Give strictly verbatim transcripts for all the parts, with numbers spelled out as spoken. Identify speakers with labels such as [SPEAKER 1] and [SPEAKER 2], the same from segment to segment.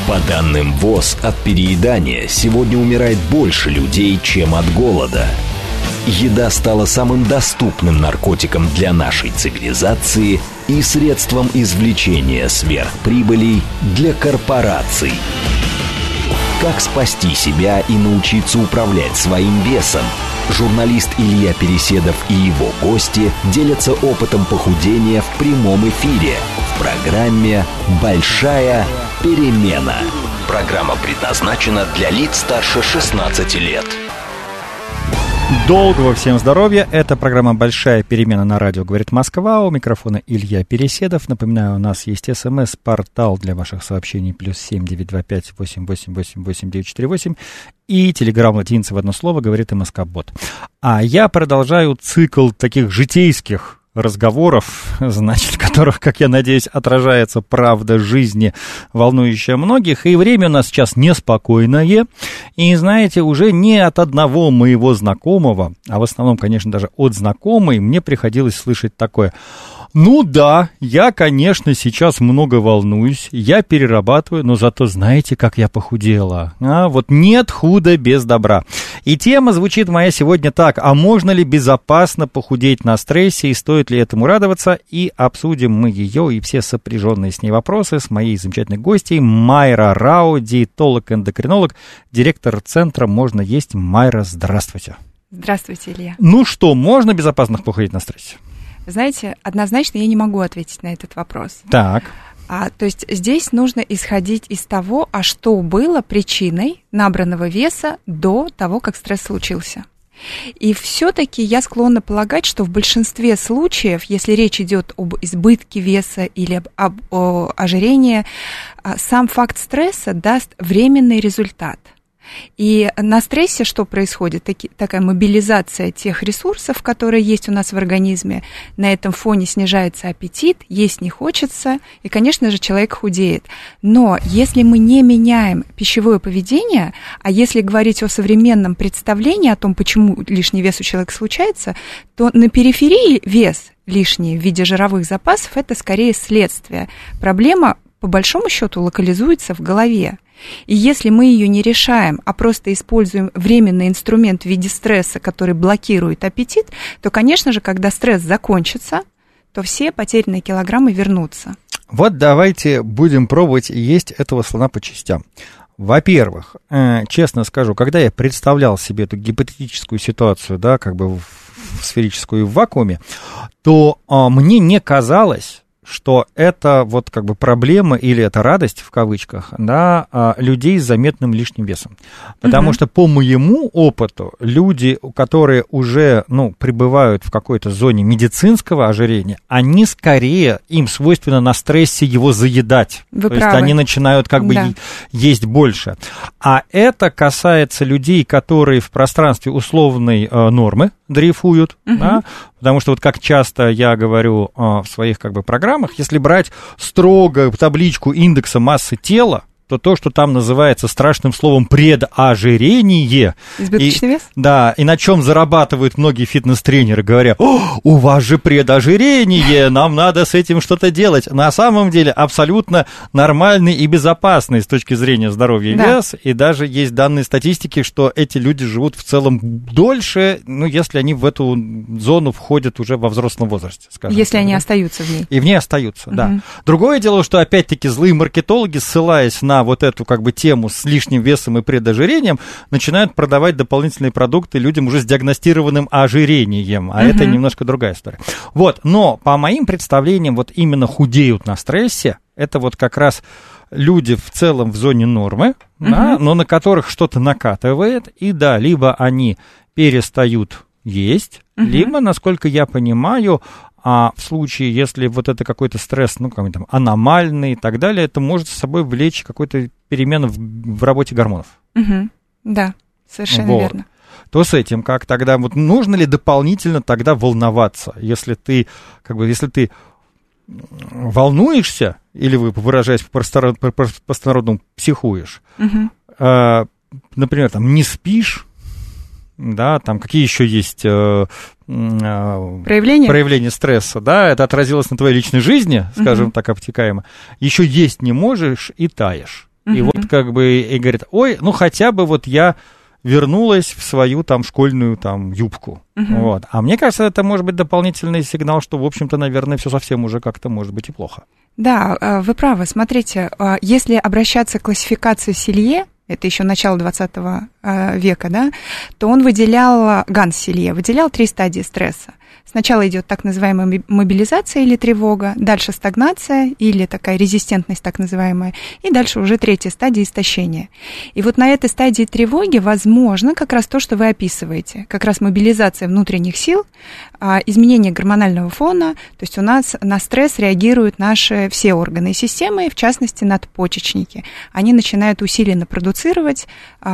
[SPEAKER 1] По данным ВОЗ, от переедания сегодня умирает больше людей, чем от голода. Еда стала самым доступным наркотиком для нашей цивилизации и средством извлечения сверхприбылей для корпораций. Как спасти себя и научиться управлять своим весом? Журналист Илья Переседов и его гости делятся опытом похудения в прямом эфире в программе «Большая перемена». Программа предназначена для лиц старше шестнадцати лет.
[SPEAKER 2] Долгого всем здоровья. Это программа «Большая перемена» на радио «Говорит Москва». У микрофона Илья Переседов. Напоминаю, у нас есть СМС-портал для ваших сообщений плюс семь девять два пять восемь восемь восемь восемь девять четыре восемь и телеграм латиница в одно слово «Говорит МСК-бот». А я продолжаю цикл таких житейских разговоров, значит, в которых, как я надеюсь, отражается правда жизни, волнующая многих. И время у нас сейчас неспокойное. И, знаете, уже не от одного моего знакомого, а в основном, конечно, даже от знакомой, мне приходилось слышать такое: ну да, я, конечно, сейчас много волнуюсь, я перерабатываю, но зато знаете, как я похудела. А вот нет худа без добра. И тема звучит моя сегодня так: а можно ли безопасно похудеть на стрессе и стоит ли этому радоваться? И обсудим мы ее и все сопряженные с ней вопросы с моей замечательной гостьей Майра Рау, диетолог-эндокринолог, директор центра «Можно есть». Майра, здравствуйте.
[SPEAKER 3] Здравствуйте, Илья.
[SPEAKER 2] Ну что, можно безопасно похудеть на стрессе?
[SPEAKER 3] Знаете, однозначно я не могу ответить на этот вопрос.
[SPEAKER 2] Так.
[SPEAKER 3] А, то есть здесь нужно исходить из того, а что было причиной набранного веса до того, как стресс случился. И все-таки я склонна полагать, что в большинстве случаев, если речь идет об избытке веса или об, об о, ожирении, сам факт стресса даст временный результат. И на стрессе что происходит? Таки, такая мобилизация тех ресурсов, которые есть у нас в организме. На этом фоне снижается аппетит, есть не хочется, и, конечно же, человек худеет. Но если мы не меняем пищевое поведение, а если говорить о современном представлении о том, почему лишний вес у человека случается, то на периферии вес лишний в виде жировых запасов – это скорее следствие. Проблема, по большому счету, локализуется в голове. И если мы ее не решаем, а просто используем временный инструмент в виде стресса, который блокирует аппетит, то, конечно же, когда стресс закончится, то все потерянные килограммы вернутся.
[SPEAKER 2] Вот давайте будем пробовать есть этого слона по частям. Во-первых, э, честно скажу, когда я представлял себе эту гипотетическую ситуацию, да, как бы в, в сферическую в вакууме, то э, мне не казалось, что это вот как бы проблема или это радость, в кавычках, да, людей с заметным лишним весом. Потому uh-huh. что по моему опыту люди, которые уже, ну, пребывают в какой-то зоне медицинского ожирения, они скорее, им свойственно на стрессе его заедать.
[SPEAKER 3] Вы
[SPEAKER 2] То
[SPEAKER 3] правы.
[SPEAKER 2] есть они начинают как бы да. е- есть больше. А это касается людей, которые в пространстве условной э, нормы дрейфуют, uh-huh. да, потому что вот как часто я говорю э, в своих как бы программах, если брать строго табличку индекса массы тела, то то, что там называется страшным словом предожирение.
[SPEAKER 3] Избыточный
[SPEAKER 2] и,
[SPEAKER 3] вес?
[SPEAKER 2] Да, и на чем зарабатывают многие фитнес-тренеры, говоря: о, у вас же предожирение, нам надо с этим что-то делать. На самом деле абсолютно нормальный и безопасный с точки зрения здоровья
[SPEAKER 3] да.
[SPEAKER 2] вес, и даже есть данные статистики, что эти люди живут в целом дольше, ну, если они в эту зону входят уже во взрослом возрасте, скажем.
[SPEAKER 3] Если
[SPEAKER 2] так,
[SPEAKER 3] они
[SPEAKER 2] да?
[SPEAKER 3] остаются в ней.
[SPEAKER 2] И в ней остаются,
[SPEAKER 3] угу.
[SPEAKER 2] да. Другое дело, что опять-таки злые маркетологи, ссылаясь на вот эту как бы тему с лишним весом и предожирением, начинают продавать дополнительные продукты людям уже с диагностированным ожирением, а uh-huh. это немножко другая история. Вот, но по моим представлениям вот именно худеют на стрессе, это вот как раз люди в целом в зоне нормы, uh-huh. да, но на которых что-то накатывает, и да, либо они перестают есть, uh-huh. либо, насколько я понимаю, а в случае, если вот это какой-то стресс, ну, как там, аномальный и так далее, это может с собой влечь какую-то перемену в, в работе гормонов.
[SPEAKER 3] Угу. Да, совершенно
[SPEAKER 2] вот.
[SPEAKER 3] верно.
[SPEAKER 2] То с этим как тогда, вот нужно ли дополнительно тогда волноваться, если ты, как бы, если ты волнуешься, или вы, выражаясь по-простонародному, психуешь, угу. э, например, там, не спишь, да, там какие еще есть э, э,
[SPEAKER 3] проявления?
[SPEAKER 2] проявления стресса, да, это отразилось на твоей личной жизни, скажем uh-huh. так, обтекаемо. Еще есть не можешь и таешь. Uh-huh. И вот как бы и говорит, ой, ну хотя бы вот я вернулась в свою там школьную там юбку. Uh-huh. Вот. А мне кажется, это может быть дополнительный сигнал, что, в общем-то, наверное, все совсем уже как-то может быть и плохо.
[SPEAKER 3] Да, вы правы. Смотрите, если обращаться к классификации Силье, это еще начало двадцатого века, да, то он выделял, Ганс Силье, выделял три стадии стресса. Сначала идет так называемая мобилизация или тревога, дальше стагнация или такая резистентность так называемая, и дальше уже третья стадия истощения. И вот на этой стадии тревоги возможно как раз то, что вы описываете, как раз мобилизация внутренних сил, изменение гормонального фона, то есть у нас на стресс реагируют наши все органы и системы, в частности надпочечники. Они начинают усиленно продуцировать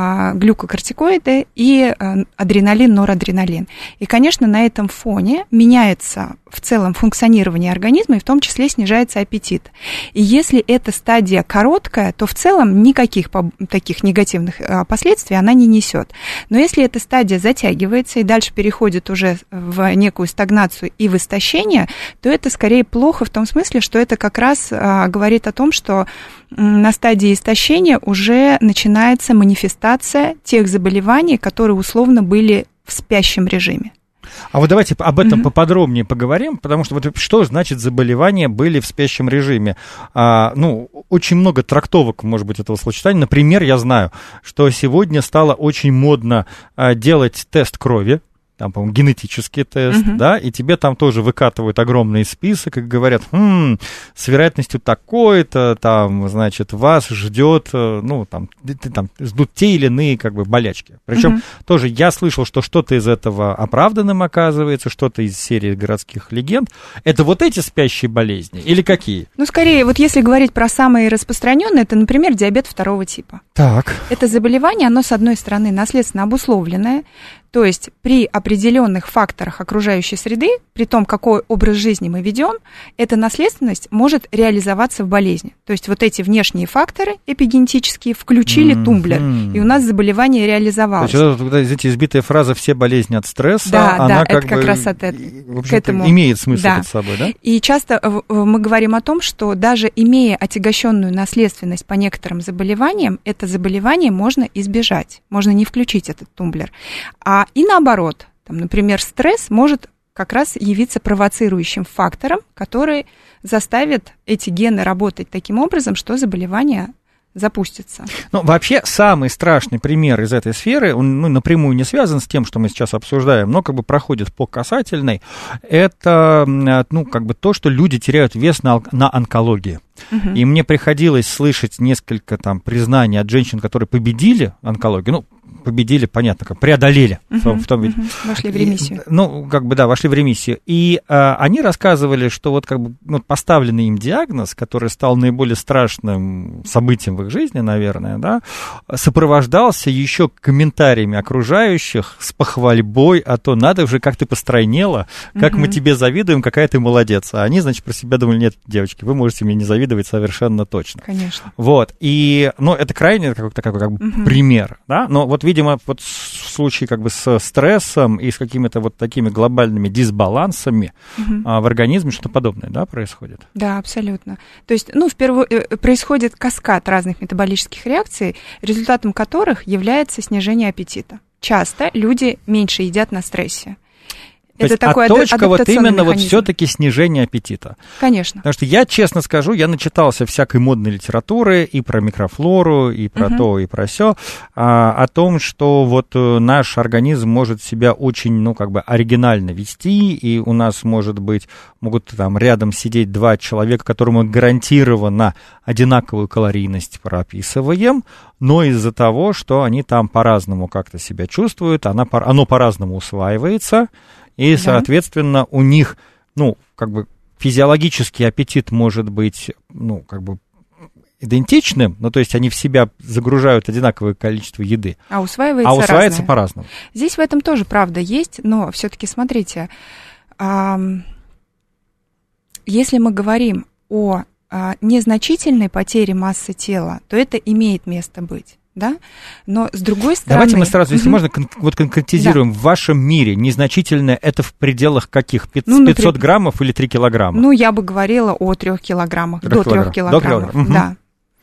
[SPEAKER 3] глюкокортикоиды и адреналин, норадреналин. И, конечно, на этом фоне меняется в целом функционирование организма, и в том числе снижается аппетит. И если эта стадия короткая, то в целом никаких таких негативных последствий она не несет. Но если эта стадия затягивается и дальше переходит уже в некую стагнацию и в истощение, то это скорее плохо в том смысле, что это как раз говорит о том, что на стадии истощения уже начинается манифестация тех заболеваний, которые условно были в спящем режиме.
[SPEAKER 2] А вот давайте об этом mm-hmm. поподробнее поговорим, потому что вот что значит заболевания были в спящем режиме? А, ну, очень много трактовок, может быть, этого словосочетания. Например, я знаю, что сегодня стало очень модно а, делать тест крови. Там, по-моему, генетический тест, uh-huh. да, и тебе там тоже выкатывают огромный список и говорят, хм, с вероятностью такой-то, там, значит, вас ждет, ну, там, там ждут те или иные, как бы, болячки. Причем uh-huh. тоже я слышал, что что-то из этого оправданным оказывается, что-то из серии городских легенд. Это вот эти спящие болезни или какие?
[SPEAKER 3] Ну, скорее, вот если говорить про самые распространенные, это, например, диабет второго типа.
[SPEAKER 2] Так.
[SPEAKER 3] Это заболевание, оно, с одной стороны, наследственно обусловленное, то есть при определенных факторах окружающей среды, при том, какой образ жизни мы ведем, эта наследственность может реализоваться в болезни. То есть вот эти внешние факторы эпигенетические включили mm-hmm. тумблер, и у нас заболевание реализовалось.
[SPEAKER 2] То есть, вот, знаете, избитая фраза «все болезни от стресса»,
[SPEAKER 3] да,
[SPEAKER 2] она
[SPEAKER 3] да,
[SPEAKER 2] как,
[SPEAKER 3] это как
[SPEAKER 2] бы,
[SPEAKER 3] раз от этого,
[SPEAKER 2] к этому имеет смысл
[SPEAKER 3] да.
[SPEAKER 2] под собой, да?
[SPEAKER 3] И часто мы говорим о том, что даже имея отягощенную наследственность по некоторым заболеваниям, это заболевание можно избежать, можно не включить этот тумблер. А и наоборот, там, например, стресс может как раз явиться провоцирующим фактором, который заставит эти гены работать таким образом, что заболевание запустится.
[SPEAKER 2] Ну, вообще, самый страшный пример из этой сферы, он ну, напрямую не связан с тем, что мы сейчас обсуждаем, но как бы проходит по касательной, это, ну, как бы то, что люди теряют вес на, на онкологии. Uh-huh. И мне приходилось слышать несколько там признаний от женщин, которые победили онкологию, ну, победили, понятно, как преодолели. Uh-huh. В том, в том виде.
[SPEAKER 3] Uh-huh. Вошли в ремиссию.
[SPEAKER 2] И, ну, как бы, да, вошли в ремиссию. И а, они рассказывали, что вот как бы ну, поставленный им диагноз, который стал наиболее страшным событием в их жизни, наверное, да, сопровождался еще комментариями окружающих с похвальбой о том, надо уже, как ты постройнела, как uh-huh. мы тебе завидуем, какая ты молодец. А они, значит, про себя думали, нет, девочки, вы можете мне не завидовать совершенно точно.
[SPEAKER 3] Конечно.
[SPEAKER 2] Вот, и, ну, это крайне какой-то такой как бы uh-huh. пример, да, но вот, видимо, вот в случае как бы со стрессом и с какими-то вот такими глобальными дисбалансами uh-huh. а, в организме что-то подобное, да, происходит?
[SPEAKER 3] Да, абсолютно. То есть, ну, в первую, происходит каскад разных метаболических реакций, результатом которых является снижение аппетита. Часто люди меньше едят на стрессе.
[SPEAKER 2] То это есть, такой а точка вот именно механизм. Вот все-таки снижение аппетита.
[SPEAKER 3] Конечно.
[SPEAKER 2] Потому что я, честно скажу, я начитался всякой модной литературы и про микрофлору, и про uh-huh. то, и про сё, а, о том, что вот наш организм может себя очень, ну, как бы оригинально вести, и у нас, может быть, могут там рядом сидеть два человека, которым мы гарантированно одинаковую калорийность прописываем, но из-за того, что они там по-разному как-то себя чувствуют, она, оно по-разному усваивается, и, да. соответственно, у них, ну, как бы физиологический аппетит может быть, ну, как бы идентичным, ну, то есть они в себя загружают одинаковое количество еды,
[SPEAKER 3] а усваивается,
[SPEAKER 2] а усваивается
[SPEAKER 3] разное.
[SPEAKER 2] По-разному.
[SPEAKER 3] Здесь в этом тоже правда есть, но все-таки смотрите, а, если мы говорим о а, незначительной потере массы тела, то это имеет место быть. Да? Но с другой стороны...
[SPEAKER 2] Давайте мы сразу, если mm-hmm. можно, кон- вот конкретизируем. Да. В вашем мире незначительное это в пределах каких? пятьсот, ну, например, пятьсот граммов или три килограмма?
[SPEAKER 3] Ну, я бы говорила о трех килограммах, до трех килограммов.
[SPEAKER 2] До килограмма.
[SPEAKER 3] Да.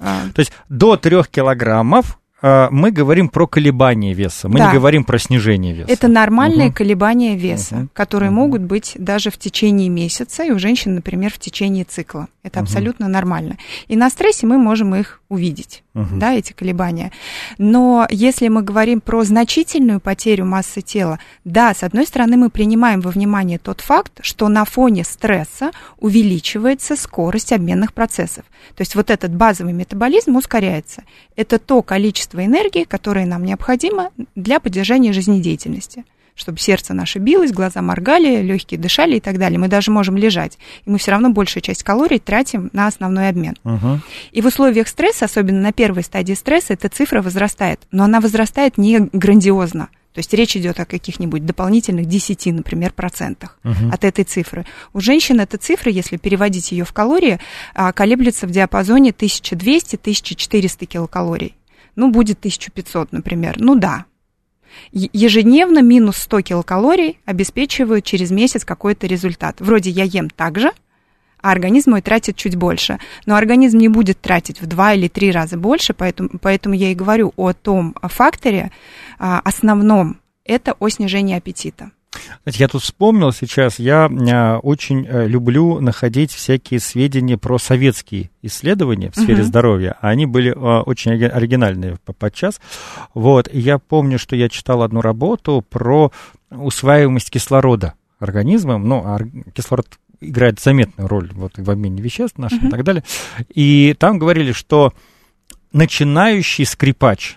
[SPEAKER 2] То есть до трех килограммов мы говорим про колебания веса, мы да. не говорим про снижение веса.
[SPEAKER 3] Это нормальные угу. колебания веса, угу. которые угу. могут быть даже в течение месяца, и у женщин, например, в течение цикла. Это угу. абсолютно нормально. И на стрессе мы можем их увидеть, угу. да, эти колебания. Но если мы говорим про значительную потерю массы тела, да, с одной стороны, мы принимаем во внимание тот факт, что на фоне стресса увеличивается скорость обменных процессов. То есть вот этот базовый метаболизм ускоряется. Это то количество энергии, которое нам необходимо для поддержания жизнедеятельности, чтобы сердце наше билось, глаза моргали, легкие дышали и так далее. Мы даже можем лежать, и мы все равно большую часть калорий тратим на основной обмен. Uh-huh. И в условиях стресса, особенно на первой стадии стресса, эта цифра возрастает, но она возрастает не грандиозно. То есть речь идет о каких-нибудь дополнительных десяти, например, процентах uh-huh. от этой цифры. У женщин эта цифра, если переводить ее в калории, колеблется в диапазоне тысяча двести - тысяча четыреста килокалорий. Ну, будет тысяча пятьсот, например. Ну да. Ежедневно минус сто килокалорий обеспечивают через месяц какой-то результат. Вроде я ем так же, а организм мой тратит чуть больше. Но организм не будет тратить в два или три раза больше, поэтому, поэтому я и говорю о том факторе основном, это о снижении аппетита.
[SPEAKER 2] Знаете, я тут вспомнил сейчас, я очень люблю находить всякие сведения про советские исследования в сфере uh-huh. здоровья. Они были очень оригинальные подчас. Вот. И я помню, что я читал одну работу про усваиваемость кислорода организмом. Ну, кислород играет заметную роль вот, в обмене веществ наших uh-huh. и так далее. И там говорили, что начинающий скрипач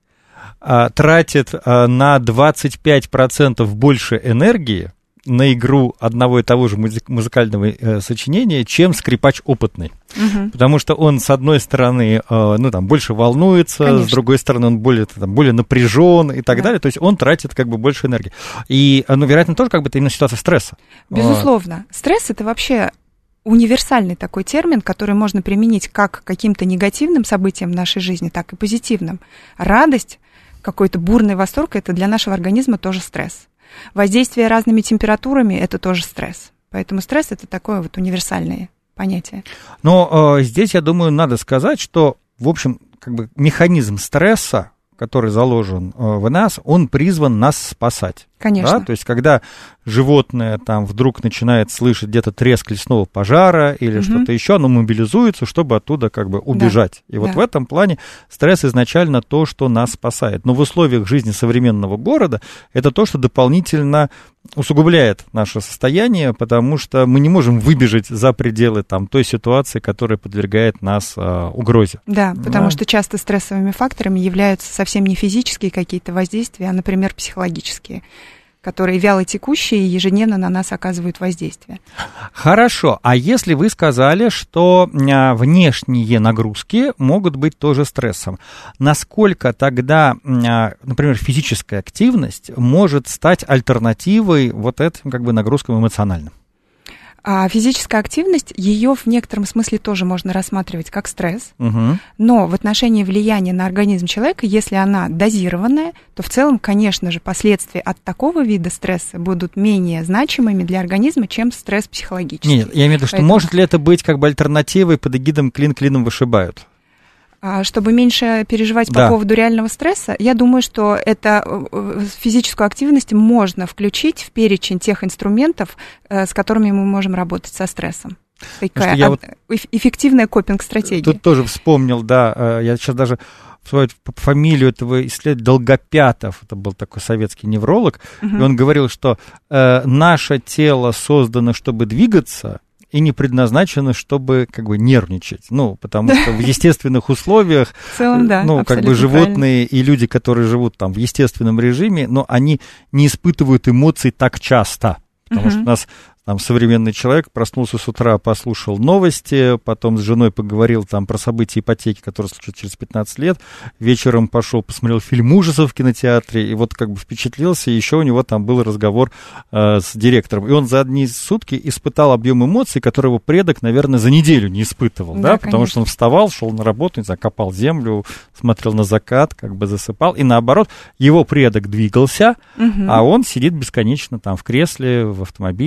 [SPEAKER 2] тратит на двадцать пять процентов больше энергии на игру одного и того же музыкального э, сочинения, чем скрипач опытный. Угу. Потому что он, с одной стороны, э, ну, там, больше волнуется, Конечно. С другой стороны, он более, там, более напряжен и так да. далее. То есть он тратит как бы больше энергии. И, ну, вероятно, тоже как бы это именно ситуация стресса.
[SPEAKER 3] Безусловно. Стресс — это вообще универсальный такой термин, который можно применить как к каким-то негативным событиям в нашей жизни, так и позитивным. Радость, какой-то бурный восторг — это для нашего организма тоже стресс. Воздействие разными температурами — это тоже стресс. Поэтому стресс — это такое вот универсальное понятие.
[SPEAKER 2] Но э, здесь, я думаю, надо сказать, что, в общем, как бы механизм стресса, который заложен э, в нас, он призван нас спасать.
[SPEAKER 3] Конечно.
[SPEAKER 2] Да? То есть, когда животное там вдруг начинает слышать где-то треск лесного пожара или угу. что-то еще, оно мобилизуется, чтобы оттуда как бы убежать. Да. И вот да. в этом плане стресс изначально то, что нас спасает. Но в условиях жизни современного города это то, что дополнительно усугубляет наше состояние, потому что мы не можем выбежать за пределы там, той ситуации, которая подвергает нас а, угрозе.
[SPEAKER 3] Да, потому да. что часто стрессовыми факторами являются совсем не физические какие-то воздействия, а, например, психологические, которые вялотекущие и ежедневно на нас оказывают воздействие.
[SPEAKER 2] Хорошо. А если вы сказали, что внешние нагрузки могут быть тоже стрессом, насколько тогда, например, физическая активность может стать альтернативой вот этим как бы нагрузкам эмоциональным?
[SPEAKER 3] А физическая активность, ее в некотором смысле тоже можно рассматривать как стресс, угу. но в отношении влияния на организм человека, если она дозированная, то в целом, конечно же, последствия от такого вида стресса будут менее значимыми для организма, чем стресс психологический.
[SPEAKER 2] Нет, я имею в виду, что Поэтому... может ли это быть как бы альтернативой под эгидом «клин клином вышибают»?
[SPEAKER 3] Чтобы меньше переживать
[SPEAKER 2] да.
[SPEAKER 3] по поводу реального стресса, я думаю, что это физическую активность можно включить в перечень тех инструментов, с которыми мы можем работать со стрессом. Такая я вот эффективная копинг-стратегия.
[SPEAKER 2] Тут тоже вспомнил, да, я сейчас даже свою фамилию этого исследователя Долгопятов, это был такой советский невролог, угу. и он говорил, что э, наше тело создано, чтобы двигаться, и не предназначено, чтобы как бы нервничать. Ну, потому что в естественных условиях,
[SPEAKER 3] в целом, да,
[SPEAKER 2] ну, как бы животные правильно. И люди, которые живут там в естественном режиме, но они не испытывают эмоций так часто. Потому uh-huh. что у нас там современный человек проснулся с утра, послушал новости, потом с женой поговорил там про события ипотеки, которые случатся через пятнадцать лет, вечером пошел, посмотрел фильм ужасов в кинотеатре, и вот как бы впечатлился, и еще у него там был разговор э, с директором. И он за одни сутки испытал объем эмоций, который его предок, наверное, за неделю не испытывал, да, да? Потому что он вставал, шел на работу, не знаю, копал землю, смотрел на закат, как бы засыпал, и наоборот, его предок двигался, угу. а он сидит бесконечно там в кресле, в автомобиле,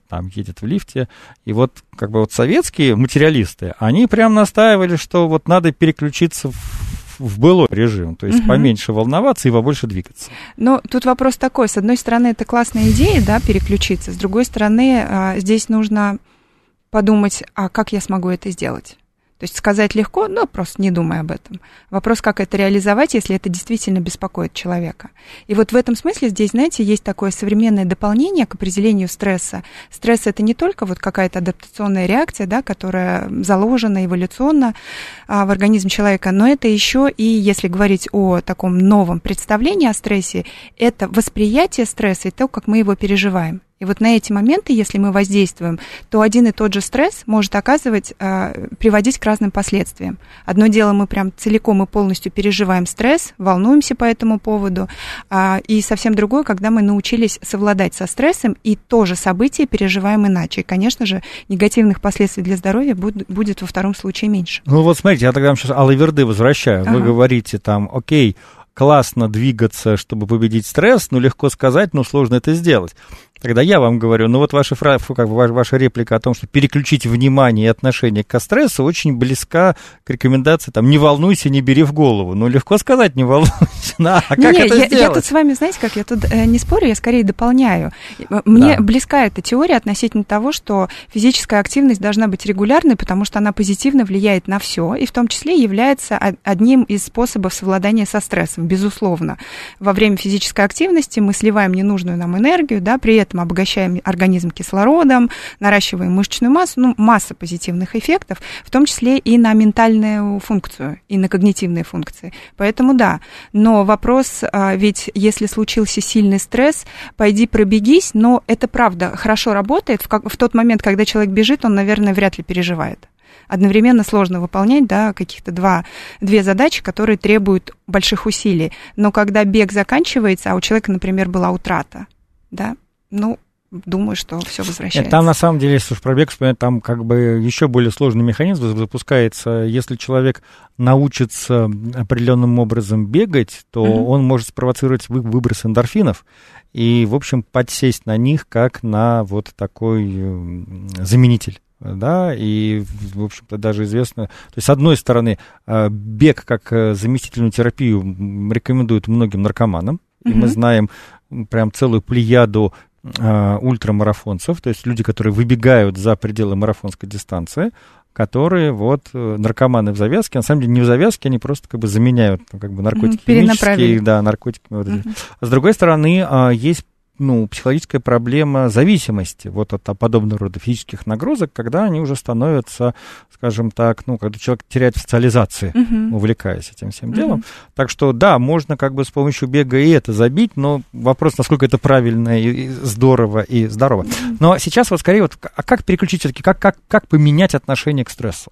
[SPEAKER 2] там едет в лифте. И вот как бы вот советские материалисты, они прям настаивали, что вот надо переключиться в, в былой режим, то есть угу. поменьше волноваться и побольше двигаться.
[SPEAKER 3] Но тут вопрос такой, с одной стороны, это классная идея, да, переключиться, с другой стороны, здесь нужно подумать, а как я смогу это сделать? То есть сказать легко, но просто не думай об этом. Вопрос, как это реализовать, если это действительно беспокоит человека. И вот в этом смысле здесь, знаете, есть такое современное дополнение к определению стресса. Стресс – это не только вот какая-то адаптационная реакция, да, которая заложена эволюционно а, в организм человека, но это еще и, если говорить о таком новом представлении о стрессе, это восприятие стресса и то, как мы его переживаем. И вот на эти моменты, если мы воздействуем, то один и тот же стресс может оказывать, э, приводить к разным последствиям. Одно дело, мы прям целиком и полностью переживаем стресс, волнуемся по этому поводу, э, и совсем другое, когда мы научились совладать со стрессом и то же событие переживаем иначе. И, конечно же, негативных последствий для здоровья будет, будет во втором случае меньше.
[SPEAKER 2] Ну вот смотрите, я тогда вам сейчас Алла-Верды возвращаю. Ага. Вы говорите там, окей, классно двигаться, чтобы победить стресс, но легко сказать, но сложно это сделать. Тогда я вам говорю, ну вот ваша, фраза, как бы ваша реплика о том, что переключить внимание и отношение к стрессу очень близка к рекомендации, там, не волнуйся, не бери в голову. Ну, легко сказать, не волнуйся, а как
[SPEAKER 3] не,
[SPEAKER 2] это
[SPEAKER 3] я,
[SPEAKER 2] сделать? Я
[SPEAKER 3] тут с вами, знаете, как, я тут э, не спорю, я скорее дополняю. Мне да. близка эта теория относительно того, что физическая активность должна быть регулярной, потому что она позитивно влияет на все, и в том числе является одним из способов совладания со стрессом, безусловно. Во время физической активности мы сливаем ненужную нам энергию, да, при этом обогащаем организм кислородом, наращиваем мышечную массу, ну, масса позитивных эффектов, в том числе и на ментальную функцию, и на когнитивные функции. Поэтому да, но вопрос, ведь если случился сильный стресс, пойди пробегись, но это правда хорошо работает. В, как, в тот момент, когда человек бежит, он, наверное, вряд ли переживает. Одновременно сложно выполнять, да, каких-то два, две задачи, которые требуют больших усилий. Но когда бег заканчивается, а у человека, например, была утрата, да, ну, думаю, что все возвращается.
[SPEAKER 2] Нет, там, на самом деле, если уж про бег вспоминать, там как бы еще более сложный механизм запускается. Если человек научится определенным образом бегать, то mm-hmm. он может спровоцировать выброс эндорфинов и, в общем, подсесть на них как на вот такой заменитель. Да, и, в общем-то, даже известно, то есть, с одной стороны, бег как заместительную терапию рекомендуют многим наркоманам, mm-hmm. и мы знаем прям целую плеяду э, ультрамарафонцев, то есть люди, которые выбегают за пределы марафонской дистанции, которые вот наркоманы в завязке, на самом деле не в завязке, они просто как бы заменяют ну, как бы наркотики химические, да, наркотики. Mm-hmm. А с другой стороны, э, есть ну, психологическая проблема зависимости вот от подобного рода физических нагрузок, когда они уже становятся, скажем так, ну, когда человек теряет в социализации, uh-huh. увлекаясь этим всем uh-huh. делом. Так что, да, можно как бы с помощью бега и это забить, но вопрос, насколько это правильно и здорово и здорово. Uh-huh. Но сейчас вот скорее, вот, а как переключить все-таки, как, как, как поменять отношение к стрессу?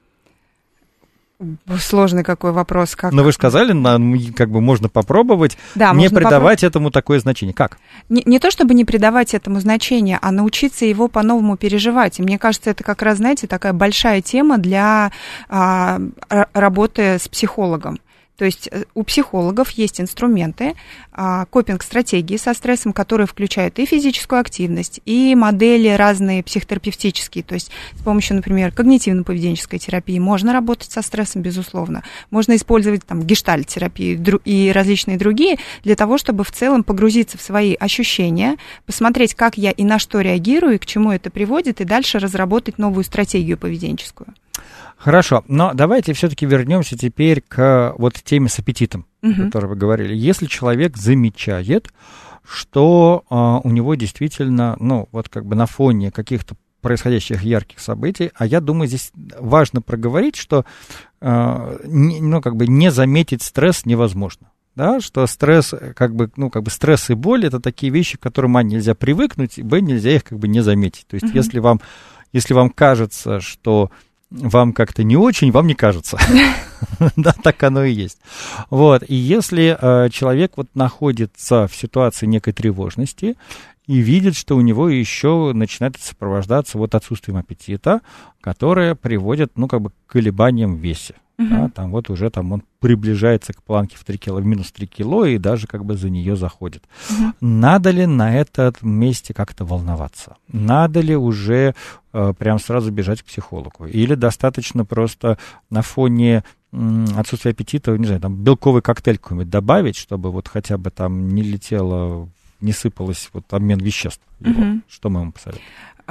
[SPEAKER 3] Сложный какой вопрос. Как...
[SPEAKER 2] Но вы же сказали, нам как бы можно попробовать да, не придавать попроб... этому такое значение. Как?
[SPEAKER 3] Не, не то, чтобы не придавать этому значение, а научиться его по-новому переживать. И мне кажется, это как раз, знаете, такая большая тема для а, работы с психологом. То есть у психологов есть инструменты, копинг-стратегии со стрессом, которые включают и физическую активность, и модели разные психотерапевтические. То есть с помощью, например, когнитивно-поведенческой терапии можно работать со стрессом, безусловно. Можно использовать там гештальт-терапию и различные другие для того, чтобы в целом погрузиться в свои ощущения, посмотреть, как я и на что реагирую, и к чему это приводит, и дальше разработать новую стратегию поведенческую.
[SPEAKER 2] Хорошо, но давайте все-таки вернемся теперь к вот теме с аппетитом, uh-huh. о которой вы говорили. Если человек замечает, что а, у него действительно, ну, вот как бы на фоне каких-то происходящих ярких событий, а я думаю, здесь важно проговорить, что а, не, ну, как бы не заметить стресс невозможно. Да, что стресс, как бы, ну, как бы стресс и боль — это такие вещи, к которым, а, нельзя привыкнуть, и, б, нельзя их как бы не заметить. То есть, uh-huh. если вам, если вам кажется, что вам как-то не очень, вам не кажется. Да, так оно и есть. Вот, и если э, человек вот находится в ситуации некой тревожности и видит, что у него еще начинает сопровождаться вот отсутствием аппетита, которое приводит, ну, как бы к колебаниям в весе. Uh-huh. Да, там вот уже там он приближается к планке в, три кило, в минус три кило и даже как бы за нее заходит. Uh-huh. Надо ли на этом месте как-то волноваться? Надо ли уже э, прям сразу бежать к психологу? Или достаточно просто на фоне м, отсутствия аппетита, не знаю, там белковый коктейль какой-нибудь добавить, чтобы вот хотя бы там не летело, не сыпалось вот обмен веществ? Uh-huh. Что мы ему посоветуем?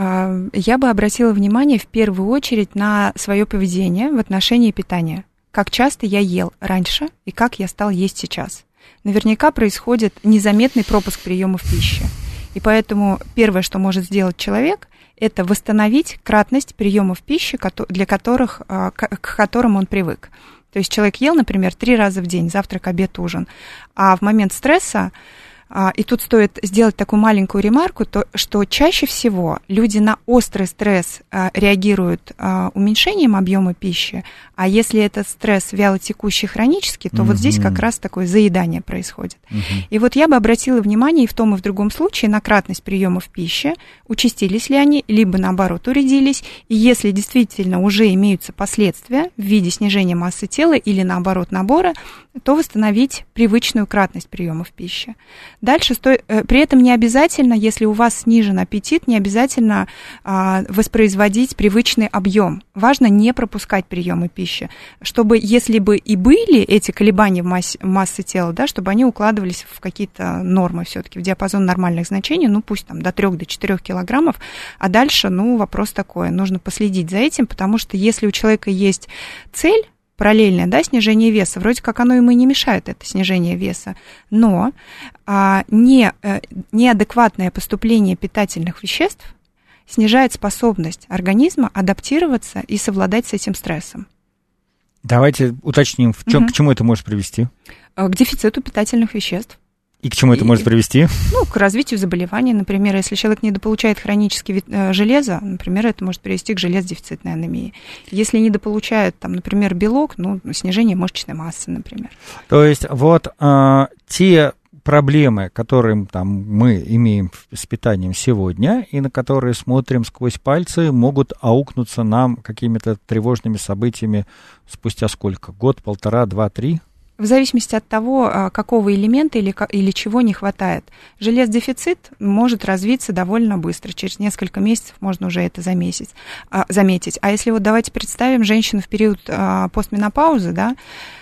[SPEAKER 3] Я бы обратила внимание в первую очередь на свое поведение в отношении питания. Как часто я ел раньше и как я стал есть сейчас. Наверняка происходит незаметный пропуск приемов пищи. И поэтому первое, что может сделать человек, это восстановить кратность приемов пищи, для которых, к которым он привык. То есть человек ел, например, три раза в день, завтрак, обед, ужин. А в момент стресса, и тут стоит сделать такую маленькую ремарку, то, что чаще всего люди на острый стресс а, реагируют а, уменьшением объема пищи, а если этот стресс вялотекущий, хронический, то mm-hmm. вот здесь как раз такое заедание происходит. Mm-hmm. И вот я бы обратила внимание и в том, и в другом случае на кратность приемов пищи, участились ли они, либо наоборот уредились, и если действительно уже имеются последствия в виде снижения массы тела или наоборот набора, то восстановить привычную кратность приемов пищи. Дальше, сто... при этом не обязательно, если у вас снижен аппетит, не обязательно а, воспроизводить привычный объем. Важно не пропускать приемы пищи, чтобы, если бы и были эти колебания в массе, массы тела, да, чтобы они укладывались в какие-то нормы все-таки, в диапазон нормальных значений, ну пусть там до трёх-четырёх килограммов, а дальше, ну, вопрос такой, нужно последить за этим, потому что если у человека есть цель, параллельное, да, снижение веса, вроде как оно ему и не мешает, это снижение веса, но а, не, а, неадекватное поступление питательных веществ снижает способность организма адаптироваться и совладать с этим стрессом. Давайте уточним, в чем, угу. к чему это может привести? К дефициту питательных веществ.
[SPEAKER 2] И к чему это и, может привести?
[SPEAKER 3] Ну, к развитию заболеваний. Например, если человек недополучает хронически железо, например, это может привести к железодефицитной анемии. Если недополучает, там, например, белок, ну, снижение мышечной массы, например.
[SPEAKER 2] То есть вот а, те проблемы, которые там, мы имеем с питанием сегодня, и на которые смотрим сквозь пальцы, могут аукнуться нам какими-то тревожными событиями спустя сколько? Год, полтора, два, три?
[SPEAKER 3] В зависимости от того, какого элемента или, или чего не хватает. Железодефицит может развиться довольно быстро. Через несколько месяцев можно уже это заметить. заметить. А если вот давайте представим женщину в период постменопаузы, да,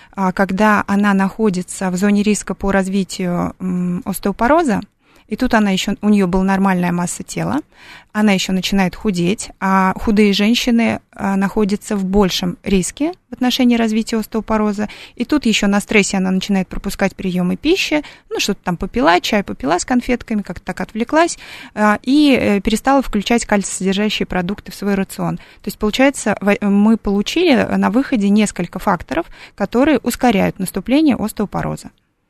[SPEAKER 3] когда она находится в зоне риска по развитию остеопороза, и тут она еще, у нее была нормальная масса тела, она еще начинает худеть, а худые женщины а, находятся в большем риске в отношении развития остеопороза. И тут еще на стрессе она начинает пропускать приемы пищи, ну, что-то там попила, чай попила с конфетками, как-то так отвлеклась, а, и э, перестала включать кальциесодержащие продукты в свой рацион. То есть, получается, мы получили на выходе несколько факторов, которые ускоряют наступление остеопороза.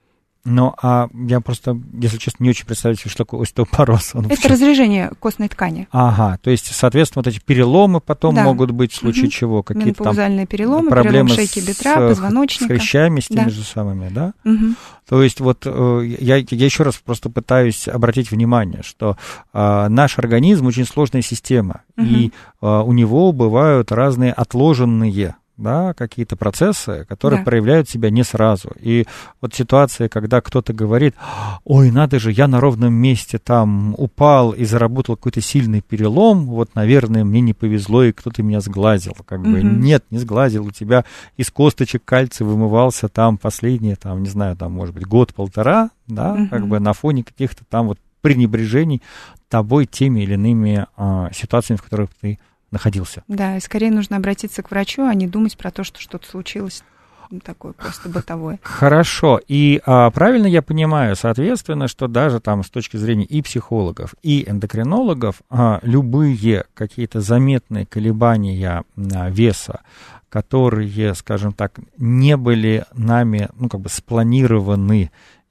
[SPEAKER 2] Ну, а я просто, если честно, не очень представляю, что такое остеопороз.
[SPEAKER 3] Он это разрежение костной ткани.
[SPEAKER 2] Ага, то есть, соответственно, вот эти переломы потом да. могут быть в случае угу. чего? Какие-то там
[SPEAKER 3] переломы,
[SPEAKER 2] проблемы
[SPEAKER 3] перелом шейки бедра,
[SPEAKER 2] с,
[SPEAKER 3] позвоночника.
[SPEAKER 2] С хрящами, с теми
[SPEAKER 3] да.
[SPEAKER 2] же самыми, да?
[SPEAKER 3] Угу.
[SPEAKER 2] То есть вот я, я еще раз просто пытаюсь обратить внимание, что а, наш организм очень сложная система, угу. и а, у него бывают разные отложенные, да, какие-то процессы, которые да. проявляют себя не сразу. И вот ситуация, когда кто-то говорит: ой, надо же, я на ровном месте там упал и заработал какой-то сильный перелом, вот, наверное, мне не повезло, и кто-то меня сглазил. Как бы, mm-hmm. нет, не сглазил, у тебя из косточек кальций вымывался там последние, там, не знаю, там, может быть, год-полтора, да, mm-hmm. как бы на фоне каких-то там вот пренебрежений тобой теми или иными а, ситуациями, в которых ты находился.
[SPEAKER 3] Да, и скорее нужно обратиться к врачу, а не думать про то, что что-то случилось такое просто бытовое.
[SPEAKER 2] Хорошо. И а, правильно я понимаю, соответственно, что даже там с точки зрения и психологов, и эндокринологов а, любые какие-то заметные колебания а, веса, которые, скажем так, не были нами, ну, как бы спланированы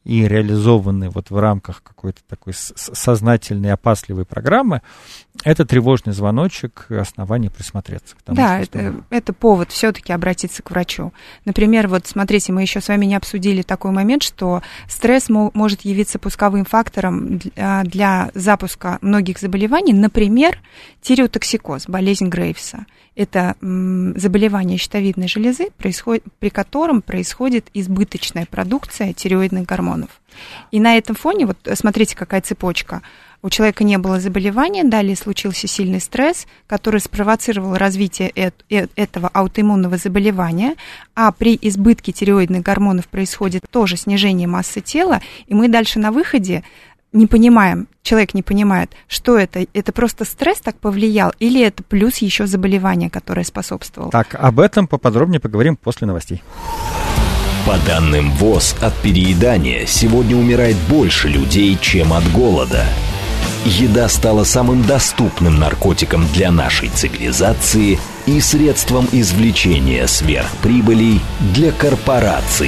[SPEAKER 2] и реализованы вот в рамках какой-то такой сознательной, опасливой программы, это тревожный звоночек, основание присмотреться к тому,
[SPEAKER 3] да,
[SPEAKER 2] что
[SPEAKER 3] это, это повод все-таки обратиться к врачу. Например, вот смотрите, мы еще с вами не обсудили такой момент, что стресс мо- может явиться пусковым фактором для, для запуска многих заболеваний, например, тиреотоксикоз, болезнь Грейвса. Это м, заболевание щитовидной железы, происходит, при котором происходит избыточная продукция тиреоидных гормонов. И на этом фоне, вот смотрите, какая цепочка. У человека не было заболевания, далее случился сильный стресс, который спровоцировал развитие эт- э- этого аутоиммунного заболевания, а при избытке тиреоидных гормонов происходит тоже снижение массы тела, и мы дальше на выходе не понимаем, человек не понимает, что это, это просто стресс так повлиял, или это плюс еще заболевание, которое способствовало.
[SPEAKER 2] Так, об этом поподробнее поговорим после новостей.
[SPEAKER 1] По данным ВОЗ, от переедания сегодня умирает больше людей, чем от голода. Еда стала самым доступным наркотиком для нашей цивилизации и средством извлечения сверхприбылей для корпораций.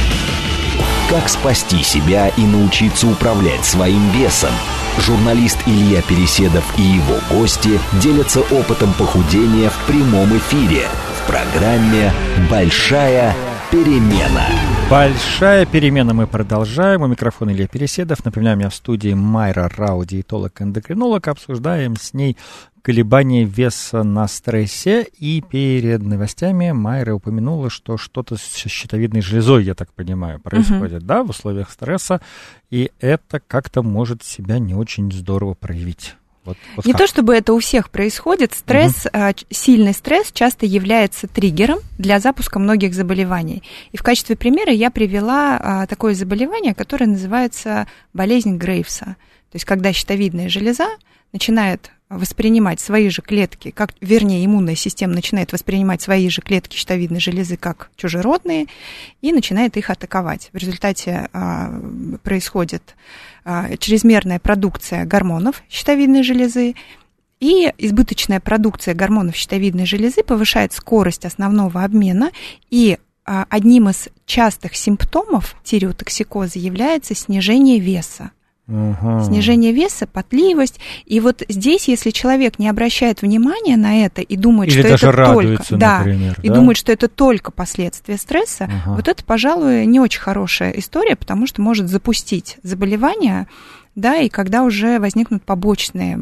[SPEAKER 1] Как спасти себя и научиться управлять своим весом? Журналист Илья Переседов и его гости делятся опытом похудения в прямом эфире в программе «Большая перемена».
[SPEAKER 2] Большая перемена, мы продолжаем. У микрофона Илья Переседов. Напоминаю, у меня в студии Майра Рау, диетолог-эндокринолог. Обсуждаем с ней колебания веса на стрессе. И перед новостями Майра упомянула, что что-то с щитовидной железой, я так понимаю, происходит, uh-huh. да, в условиях стресса. И это как-то может себя не очень здорово проявить. Вот, вот
[SPEAKER 3] не
[SPEAKER 2] как?
[SPEAKER 3] то чтобы это у всех происходит, стресс, угу. сильный стресс часто является триггером для запуска многих заболеваний. И в качестве примера я привела такое заболевание, которое называется болезнь Грейвса. То есть когда щитовидная железа начинает воспринимать свои же клетки, как, вернее, иммунная система начинает воспринимать свои же клетки щитовидной железы как чужеродные и начинает их атаковать. В результате а, происходит а, чрезмерная продукция гормонов щитовидной железы, и избыточная продукция гормонов щитовидной железы повышает скорость основного обмена, и а, одним из частых симптомов тиреотоксикоза является снижение веса. Uh-huh. Снижение веса, потливость. И вот здесь, если человек не обращает внимания на это и думает,
[SPEAKER 2] или
[SPEAKER 3] что
[SPEAKER 2] даже
[SPEAKER 3] это
[SPEAKER 2] радуется,
[SPEAKER 3] только, да,
[SPEAKER 2] например,
[SPEAKER 3] и
[SPEAKER 2] да?
[SPEAKER 3] думает, что это только последствия стресса,
[SPEAKER 2] uh-huh.
[SPEAKER 3] вот это, пожалуй, не очень хорошая история, потому что может запустить заболевание, да, и когда уже возникнут побочные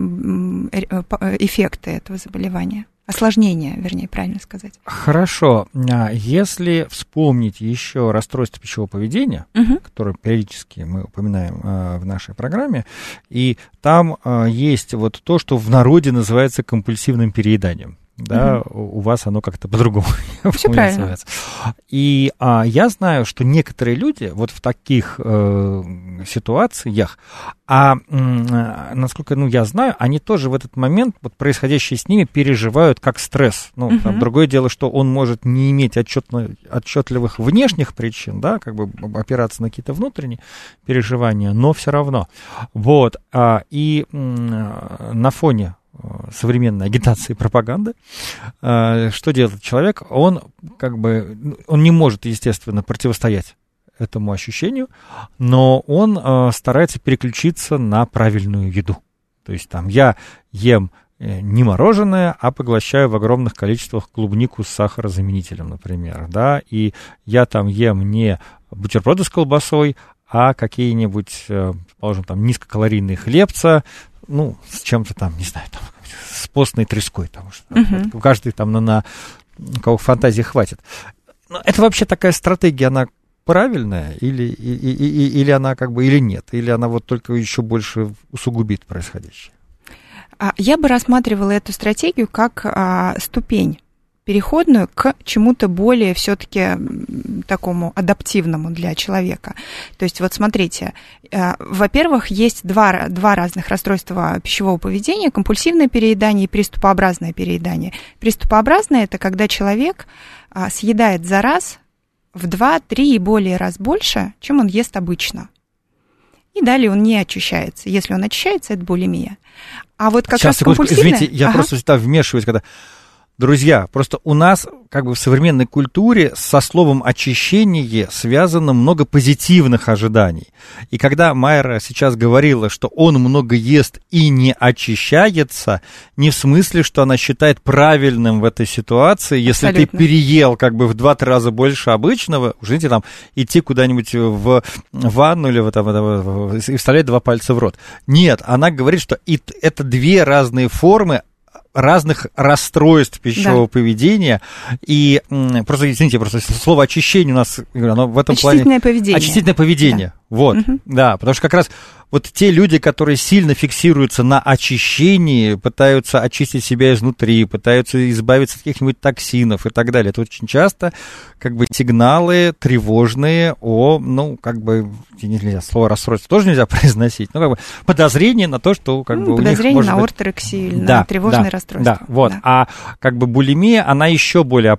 [SPEAKER 3] эффекты этого заболевания. Осложнения, вернее, правильно сказать.
[SPEAKER 2] Хорошо. Если вспомнить еще расстройство пищевого поведения, угу. которое периодически мы упоминаем э, в нашей программе, и там э, есть вот то, что в народе называется компульсивным перееданием. Да, угу. у вас оно как-то по-другому называется. И а, я знаю, что некоторые люди вот в таких э, ситуациях, а э, насколько ну, я знаю, они тоже в этот момент, вот происходящее с ними, переживают как стресс. Ну, угу. там, другое дело, что он может не иметь отчетно, отчетливых внешних причин, да, как бы опираться на какие-то внутренние переживания, но все равно. Вот, а, и э, на фоне современной агитации и пропаганды, что делает человек? Он как бы, он не может, естественно, противостоять этому ощущению, но он старается переключиться на правильную еду. То есть там я ем не мороженое, а поглощаю в огромных количествах клубнику с сахарозаменителем, например, да, и я там ем не бутерброды с колбасой, а какие-нибудь, положим, там низкокалорийные хлебца, ну, с чем-то там, не знаю, там, с постной треской, потому что uh-huh. вот, каждый там на, на у кого фантазии хватит. Но это вообще такая стратегия, она правильная или, и, и, и, или она как бы, или нет, или она вот только еще больше усугубит происходящее?
[SPEAKER 3] Я бы рассматривала эту стратегию как а, ступень переходную к чему-то более все-таки такому адаптивному для человека. То есть вот смотрите, во-первых, есть два, два разных расстройства пищевого поведения: компульсивное переедание и приступообразное переедание. Приступообразное – это когда человек съедает за раз в два, три и более раз больше, чем он ест обычно. И далее он не очищается. Если он очищается, это булимия. А вот как
[SPEAKER 2] Сейчас,
[SPEAKER 3] раз компульсивное...
[SPEAKER 2] Извините, я ага. просто всегда вмешиваюсь, когда... Друзья, просто у нас как бы в современной культуре со словом «очищение» связано много позитивных ожиданий. И когда Майра сейчас говорила, что он много ест и не очищается, не в смысле, что она считает правильным в этой ситуации, если Абсолютно. Ты переел как бы в два-три раза больше обычного, уже идти там, идти куда-нибудь в ванну или в, там, и вставлять два пальца в рот. Нет, она говорит, что это две разные формы разных расстройств пищевого да. поведения. И просто, извините, просто слово очищение у нас оно в этом
[SPEAKER 3] очистительное
[SPEAKER 2] плане...
[SPEAKER 3] Поведение.
[SPEAKER 2] Очистительное поведение. Да. Вот, угу. да, потому что как раз вот те люди, которые сильно фиксируются на очищении, пытаются очистить себя изнутри, пытаются избавиться от каких-нибудь токсинов и так далее, это очень часто как бы сигналы тревожные о, ну, как бы, нельзя, слово расстройство тоже нельзя произносить, ну, как бы подозрение на то, что как
[SPEAKER 3] ну,
[SPEAKER 2] бы у
[SPEAKER 3] подозрение
[SPEAKER 2] них, может
[SPEAKER 3] на
[SPEAKER 2] быть...
[SPEAKER 3] орторексию или
[SPEAKER 2] да,
[SPEAKER 3] на тревожное
[SPEAKER 2] да,
[SPEAKER 3] расстройство.
[SPEAKER 2] Да, вот, да. А как бы булимия, она еще более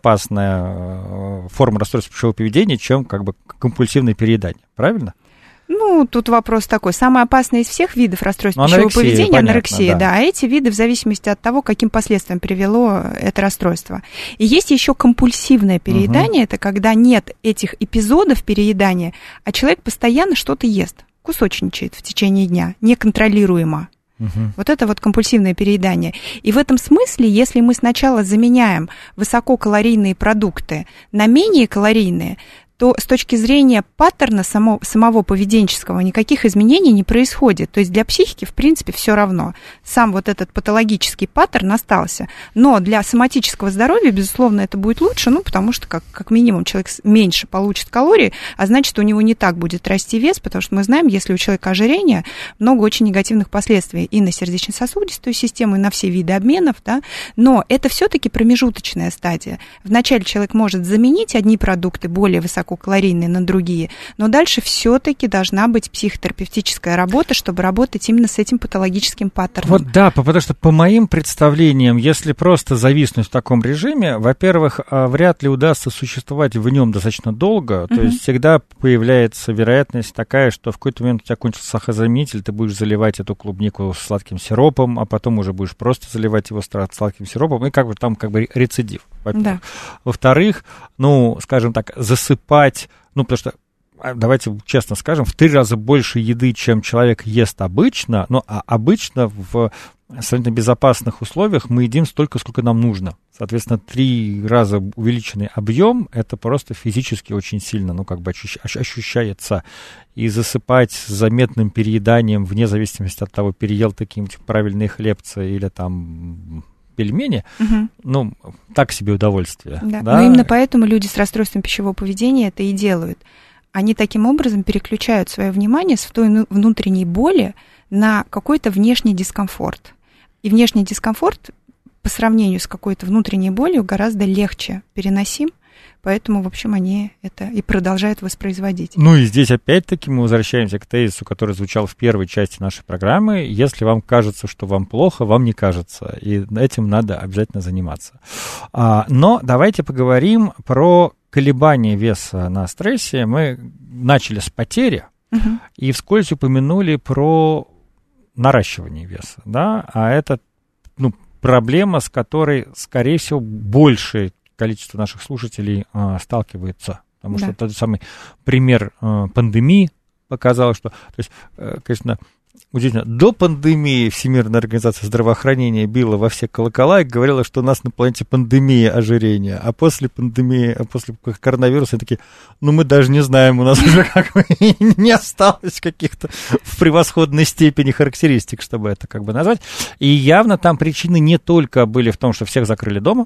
[SPEAKER 2] опасная форма расстройства пищевого поведения, чем как бы компульсивное переедание, правильно?
[SPEAKER 3] Ну, тут вопрос такой. Самый опасный из всех видов расстройств ну, пищевого поведения – анорексия. Да. да, а эти виды в зависимости от того, каким последствиям привело это расстройство. И есть еще компульсивное переедание. Угу. Это когда нет этих эпизодов переедания, а человек постоянно что-то ест, кусочничает в течение дня, неконтролируемо. Угу. Вот это вот компульсивное переедание. И в этом смысле, если мы сначала заменяем высококалорийные продукты на менее калорийные, то с точки зрения паттерна само, самого поведенческого никаких изменений не происходит. То есть для психики, в принципе, все равно. Сам вот этот патологический паттерн остался. Но для соматического здоровья, безусловно, это будет лучше, ну, потому что, как, как минимум, человек меньше получит калорий, а значит, у него не так будет расти вес, потому что мы знаем, если у человека ожирение, много очень негативных последствий и на сердечно-сосудистую систему, и на все виды обменов, да. Но это все-таки промежуточная стадия. Вначале человек может заменить одни продукты более высоко калорийные на другие, но дальше все-таки должна быть психотерапевтическая работа, чтобы работать именно с этим патологическим паттерном.
[SPEAKER 2] Вот да, потому что по моим представлениям, если просто зависнуть в таком режиме, во-первых, вряд ли удастся существовать в нем достаточно долго, то uh-huh. есть всегда появляется вероятность такая, что в какой-то момент у тебя кончился сахарозаменитель, ты будешь заливать эту клубнику сладким сиропом, а потом уже будешь просто заливать его сладким сиропом, и как бы там как бы рецидив. Во-первых. Да. Во-вторых, ну, скажем так, засыпать, ну, потому что, давайте честно скажем, в три раза больше еды, чем человек ест обычно, но а обычно в сравнительно безопасных условиях мы едим столько, сколько нам нужно. Соответственно, три раза увеличенный объем, это просто физически очень сильно, ну, как бы ощущается. И засыпать с заметным перееданием, вне зависимости от того, переел ты какие-нибудь правильные хлебцы или там... пельмени, угу. ну, так себе удовольствие.
[SPEAKER 3] Да. Да? Но именно поэтому люди с расстройством пищевого поведения это и делают. Они таким образом переключают свое внимание с той внутренней боли на какой-то внешний дискомфорт. И внешний дискомфорт по сравнению с какой-то внутренней болью гораздо легче переносим, поэтому, в общем, они это и продолжают воспроизводить.
[SPEAKER 2] Ну и здесь опять-таки мы возвращаемся к тезису, который звучал в первой части нашей программы. Если вам кажется, что вам плохо, вам не кажется. И этим надо обязательно заниматься. А, но давайте поговорим про колебания веса на стрессе. Мы начали с потери угу. и вскользь упомянули про наращивание веса. Да? А это ну, проблема, с которой, скорее всего, больше количество наших слушателей а, сталкивается. Потому да. что тот самый пример а, пандемии показал, что, то есть, а, конечно, удивительно, до пандемии Всемирная организация здравоохранения била во все колокола и говорила, что у нас на планете пандемия ожирения, а после пандемии, а после коронавируса они такие, ну мы даже не знаем, у нас уже как бы не осталось каких-то в превосходной степени характеристик, чтобы это как бы назвать. И явно там причины не только были в том, что всех закрыли дома,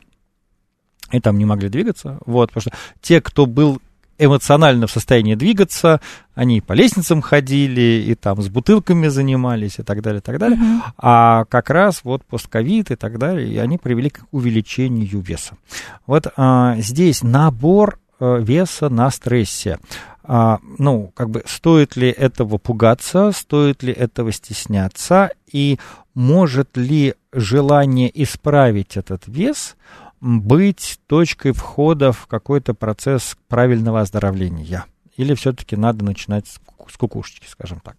[SPEAKER 2] и там не могли двигаться, вот, потому что те, кто был эмоционально в состоянии двигаться, они по лестницам ходили, и там с бутылками занимались, и так далее, и так далее, uh-huh. а как раз вот постковид и так далее, и они привели к увеличению веса. Вот а, здесь набор а, веса на стрессе. А, ну, как бы, стоит ли этого пугаться, стоит ли этого стесняться, и может ли желание исправить этот вес быть точкой входа в какой-то процесс правильного оздоровления? Или все-таки надо начинать с кукушечки, скажем так?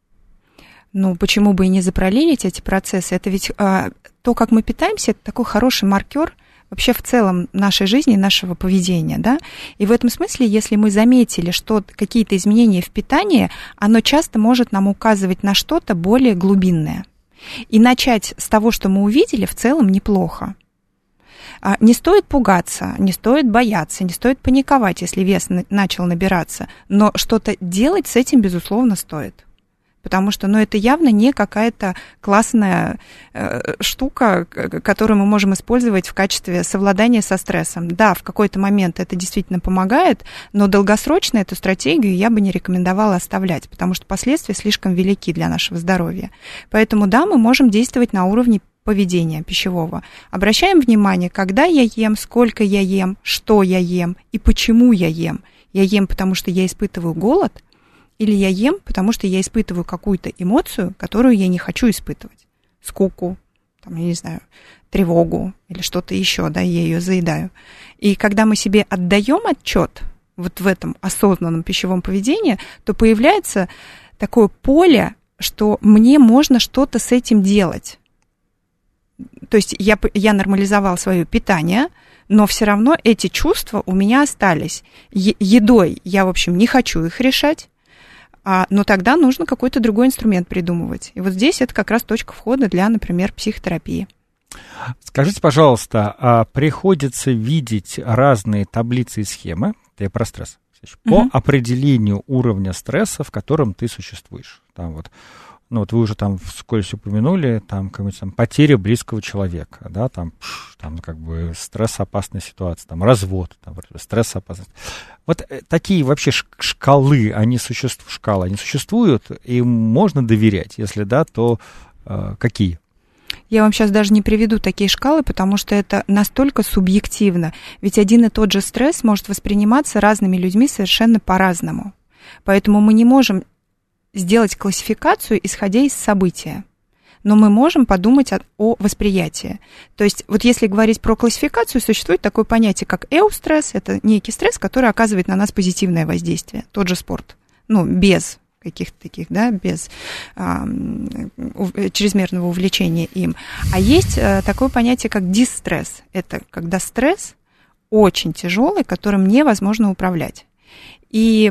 [SPEAKER 3] Ну, почему бы и не запараллелить эти процессы? Это ведь а, то, как мы питаемся, это такой хороший маркер вообще в целом нашей жизни, нашего поведения, да. И в этом смысле, если мы заметили, что какие-то изменения в питании, оно часто может нам указывать на что-то более глубинное. И начать с того, что мы увидели, в целом неплохо. Не стоит пугаться, не стоит бояться, не стоит паниковать, если вес начал набираться, но что-то делать с этим, безусловно, стоит. Потому что, ну, это явно не какая-то классная э, штука, которую мы можем использовать в качестве совладания со стрессом. Да, в какой-то момент это действительно помогает, но долгосрочно эту стратегию я бы не рекомендовала оставлять, потому что последствия слишком велики для нашего здоровья. Поэтому, да, мы можем действовать на уровне поведения пищевого. Обращаем внимание, когда я ем, сколько я ем, что я ем и почему я ем. Я ем, потому что я испытываю голод, или я ем, потому что я испытываю какую-то эмоцию, которую я не хочу испытывать. Скуку, там, я не знаю, тревогу или что-то еще, да, я ее заедаю. И когда мы себе отдаем отчет вот в этом осознанном пищевом поведении, то появляется такое поле, что мне можно что-то с этим делать. То есть я, я нормализовал свое питание, но все равно эти чувства у меня остались. Е- едой я, в общем, не хочу их решать, а, но тогда нужно какой-то другой инструмент придумывать. И вот здесь это как раз точка входа для, например, психотерапии.
[SPEAKER 2] Скажите, пожалуйста, а приходится видеть разные таблицы и схемы, это я про стресс, по угу. определению уровня стресса, в котором ты существуешь? Там вот. Ну, вот вы уже там вскользь упомянули, там, там потеря близкого человека, да, там, там как бы стрессоопасная ситуация, там развод, там, стрессоопасность. Вот такие вообще шкалы, они существуют, шкалы, они существуют, им можно доверять, если да, то э, какие?
[SPEAKER 3] Я вам сейчас даже не приведу такие шкалы, потому что это настолько субъективно, ведь один и тот же стресс может восприниматься разными людьми совершенно по-разному, поэтому мы не можем сделать классификацию, исходя из события. Но мы можем подумать о, о восприятии. То есть, вот если говорить про классификацию, существует такое понятие, как эустресс. Это некий стресс, который оказывает на нас позитивное воздействие. Тот же спорт. Ну, без каких-то таких, да, без а, чрезмерного увлечения им. А есть а, такое понятие, как дистресс. Это когда стресс очень тяжелый, которым невозможно управлять. И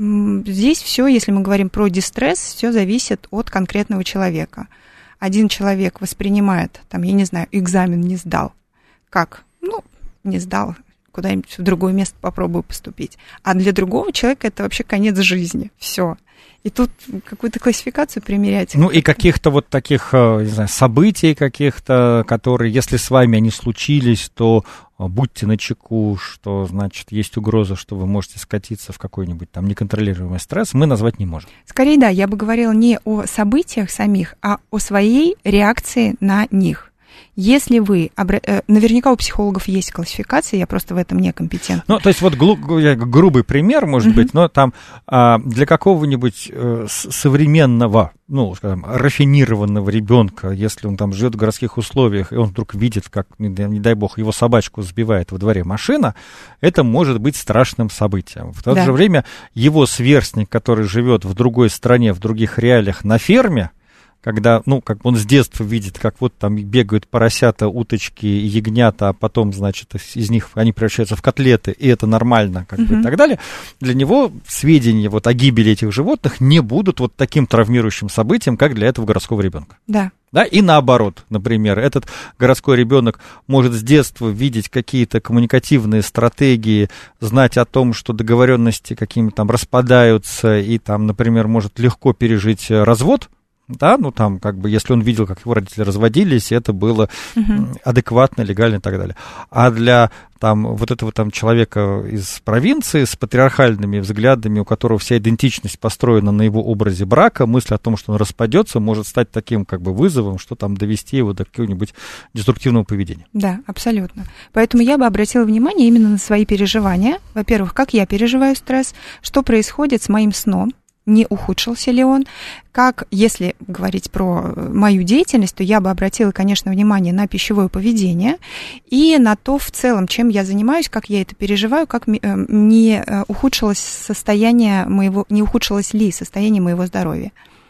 [SPEAKER 3] здесь все, если мы говорим про дистресс, все зависит от конкретного человека. Один человек воспринимает, там, я не знаю, экзамен не сдал. Как? Ну, не сдал, куда-нибудь в другое место попробую поступить. А для другого человека это вообще конец жизни. Все. И тут какую-то классификацию примерять.
[SPEAKER 2] Ну и каких-то вот таких, не знаю, событий каких-то, которые, если с вами они случились, то будьте начеку, что, значит, есть угроза, что вы можете скатиться в какой-нибудь там неконтролируемый стресс, мы назвать не можем.
[SPEAKER 3] Скорее, да, я бы говорила не о событиях самих, а о своей реакции на них. Если вы... Наверняка у психологов есть классификация, я просто в этом некомпетентна.
[SPEAKER 2] Ну, то есть вот гру... грубый пример, может uh-huh. быть, но там а, для какого-нибудь э, современного, ну, скажем, рафинированного ребенка, если он там живет в городских условиях, и он вдруг видит, как, не, не дай бог, его собачку сбивает во дворе машина, это может быть страшным событием. В то да. же время его сверстник, который живет в другой стране, в других реалиях на ферме, когда, ну, как он с детства видит, как вот там бегают поросята, уточки, ягнята, а потом, значит, из них они превращаются в котлеты, и это нормально, как uh-huh. бы, и так далее, для него сведения вот о гибели этих животных не будут вот таким травмирующим событием, как для этого городского ребенка.
[SPEAKER 3] Да.
[SPEAKER 2] Да, и наоборот, например, этот городской ребенок может с детства видеть какие-то коммуникативные стратегии, знать о том, что договоренности какими-то там распадаются, и там, например, может легко пережить развод. Да, ну там, как бы, если он видел, как его родители разводились, это было uh-huh. адекватно, легально и так далее. А для там вот этого там человека из провинции с патриархальными взглядами, у которого вся идентичность построена на его образе брака, мысль о том, что он распадется, может стать таким как бы вызовом, что там довести его до какого-нибудь деструктивного поведения.
[SPEAKER 3] Да, абсолютно. Поэтому я бы обратила внимание именно на свои переживания. Во-первых, как я переживаю стресс, что происходит с моим сном, не ухудшился ли он, как, если говорить про мою деятельность, то я бы обратила, конечно, внимание на пищевое поведение и на то в целом, чем я занимаюсь, как я это переживаю, как не ухудшилось состояние моего, не ухудшилось ли состояние моего здоровья.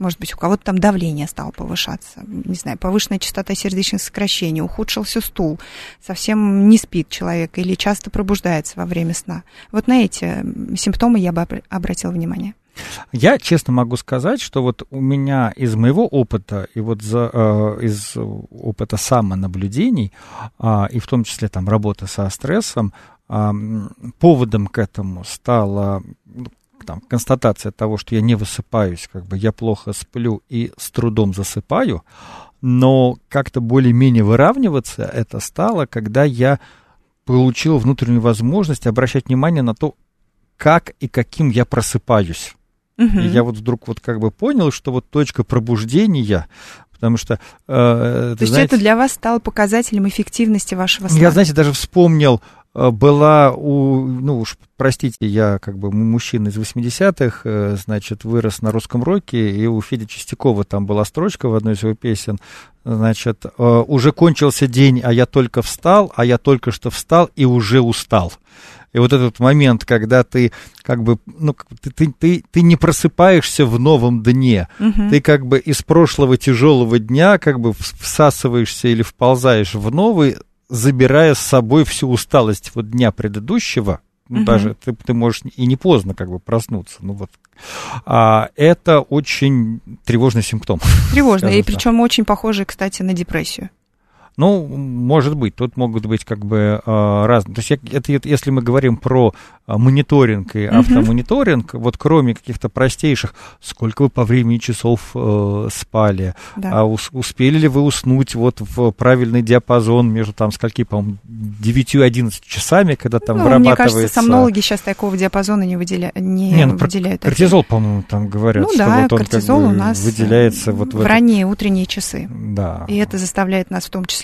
[SPEAKER 3] Может быть, у кого-то там давление стало повышаться, не знаю, повышенная частота сердечных сокращений, ухудшился стул, совсем не спит человек или часто пробуждается во время сна. Вот на эти симптомы я бы обратила внимание.
[SPEAKER 2] Я честно могу сказать, что вот у меня из моего опыта и вот за, э, из опыта самонаблюдений, э, и в том числе там работы со стрессом, э, поводом к этому стала там, констатация того, что я не высыпаюсь, как бы я плохо сплю и с трудом засыпаю, но как-то более-менее выравниваться это стало, когда я получил внутреннюю возможность обращать внимание на то, как и каким я просыпаюсь. Uh-huh. И я вот вдруг вот как бы понял, что вот точка пробуждения, потому что... Э,
[SPEAKER 3] То есть знаете, это для вас стало показателем эффективности вашего сна?
[SPEAKER 2] Я, знаете, даже вспомнил, была у... Ну уж, простите, я как бы мужчина из восьмидесятых, значит, вырос на русском роке, и у Феди Чистякова там была строчка в одной из его песен, значит, уже кончился день, а я только встал, а я только что встал и уже устал. И вот этот момент, когда ты как бы, ну, ты, ты, ты, ты не просыпаешься в новом дне, uh-huh. ты как бы из прошлого тяжелого дня как бы всасываешься или вползаешь в новый, забирая с собой всю усталость вот дня предыдущего, uh-huh. даже ты, ты можешь и не поздно как бы проснуться, ну вот. А, это очень тревожный симптом.
[SPEAKER 3] Тревожный, и причем очень похожий, кстати, на депрессию.
[SPEAKER 2] Ну, может быть, тут могут быть как бы э, разные. То есть это, это, если мы говорим про э, мониторинг и автомониторинг, uh-huh. вот кроме каких-то простейших, сколько вы по времени часов э, спали, да. а ус, успели ли вы уснуть вот в правильный диапазон между там скольки, по-моему, девятью-одиннадцатью часами, когда там
[SPEAKER 3] ну,
[SPEAKER 2] вырабатывается...
[SPEAKER 3] Мне кажется, сомнологи сейчас такого диапазона не, выделя... не, не ну, выделяют.
[SPEAKER 2] Кортизол, по-моему, там говорят,
[SPEAKER 3] ну,
[SPEAKER 2] что
[SPEAKER 3] да,
[SPEAKER 2] вот он
[SPEAKER 3] кортизол
[SPEAKER 2] как бы
[SPEAKER 3] у нас
[SPEAKER 2] выделяется вот в,
[SPEAKER 3] в ранние утренние часы.
[SPEAKER 2] Да.
[SPEAKER 3] И это заставляет нас в том числе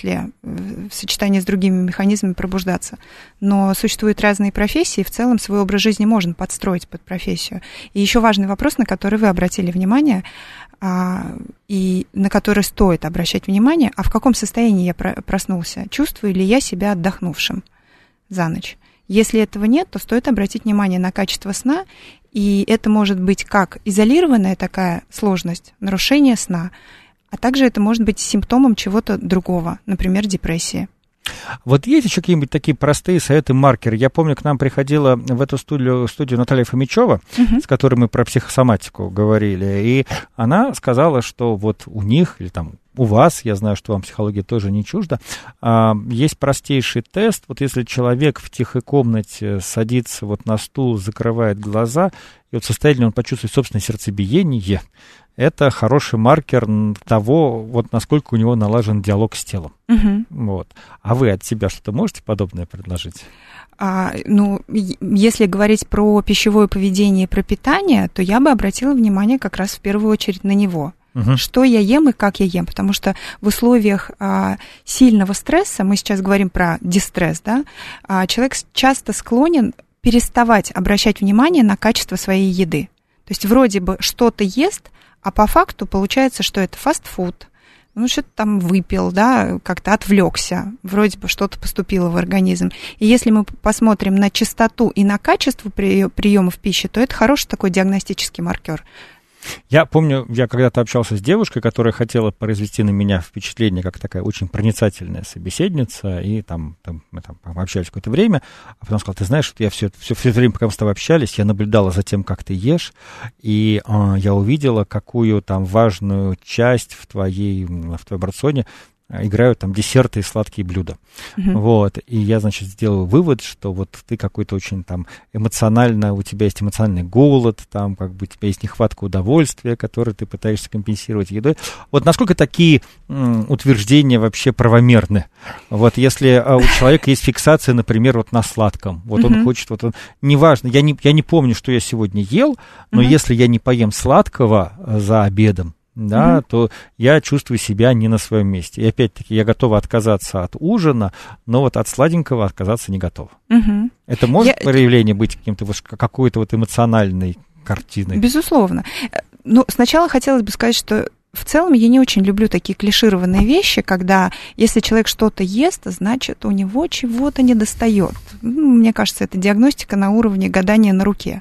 [SPEAKER 3] в сочетании с другими механизмами пробуждаться. Но существуют разные профессии, и в целом свой образ жизни можно подстроить под профессию. И еще важный вопрос, на который вы обратили внимание, а, и на который стоит обращать внимание, а в каком состоянии я проснулся? Чувствую ли я себя отдохнувшим за ночь? Если этого нет, то стоит обратить внимание на качество сна, и это может быть как изолированная такая сложность, нарушение сна, а также это может быть симптомом чего-то другого, например, депрессии.
[SPEAKER 2] Вот есть еще какие-нибудь такие простые советы, маркеры? Я помню, к нам приходила в эту студию, студию Наталья Фомичева, uh-huh. с которой мы про психосоматику говорили, и она сказала, что вот у них, или там у вас, я знаю, что вам психология тоже не чужда, есть простейший тест. Вот если человек в тихой комнате садится вот на стул, закрывает глаза, и вот в состоянии он почувствует собственное сердцебиение, это хороший маркер того, вот насколько у него налажен диалог с телом. Угу. Вот. А вы от себя что-то можете подобное предложить?
[SPEAKER 3] А, ну, если говорить про пищевое поведение и про питание, то я бы обратила внимание как раз в первую очередь на него. Угу. Что я ем и как я ем, потому что в условиях а, сильного стресса, мы сейчас говорим про дистресс, да, а, человек часто склонен переставать обращать внимание на качество своей еды. То есть вроде бы что-то ест, а по факту получается, что это фастфуд, ну, что-то там выпил, да, как-то отвлекся, вроде бы что-то поступило в организм. И если мы посмотрим на частоту и на качество приемов пищи, то это хороший такой диагностический маркер.
[SPEAKER 2] Я помню, я когда-то общался с девушкой, которая хотела произвести на меня впечатление как такая очень проницательная собеседница, и там, там мы там общались какое-то время, а потом сказала: ты знаешь, что я все, все, все это время, пока мы с тобой общались, я наблюдала за тем, как ты ешь, и э, я увидела, какую там важную часть в, твоей, в твоем рационе играют там десерты и сладкие блюда. Uh-huh. Вот. И я, значит, сделал вывод, что вот ты какой-то очень там эмоционально, у тебя есть эмоциональный голод, там как бы у тебя есть нехватка удовольствия, который ты пытаешься компенсировать едой. Вот насколько такие м, утверждения вообще правомерны? Вот если а, у человека есть фиксация, например, вот на сладком, вот uh-huh. он хочет, вот он, неважно, я не, я не помню, что я сегодня ел, но uh-huh. если я не поем сладкого за обедом, да, mm-hmm. то я чувствую себя не на своем месте. И опять-таки я готова отказаться от ужина, но вот от сладенького отказаться не готова. Mm-hmm. Это может я... проявление быть каким-то вот, какой-то вот эмоциональной картиной?
[SPEAKER 3] Безусловно. Ну, сначала хотелось бы сказать, что в целом я не очень люблю такие клишированные вещи, когда если человек что-то ест, значит, у него чего-то недостает. Мне кажется, это диагностика на уровне гадания на руке.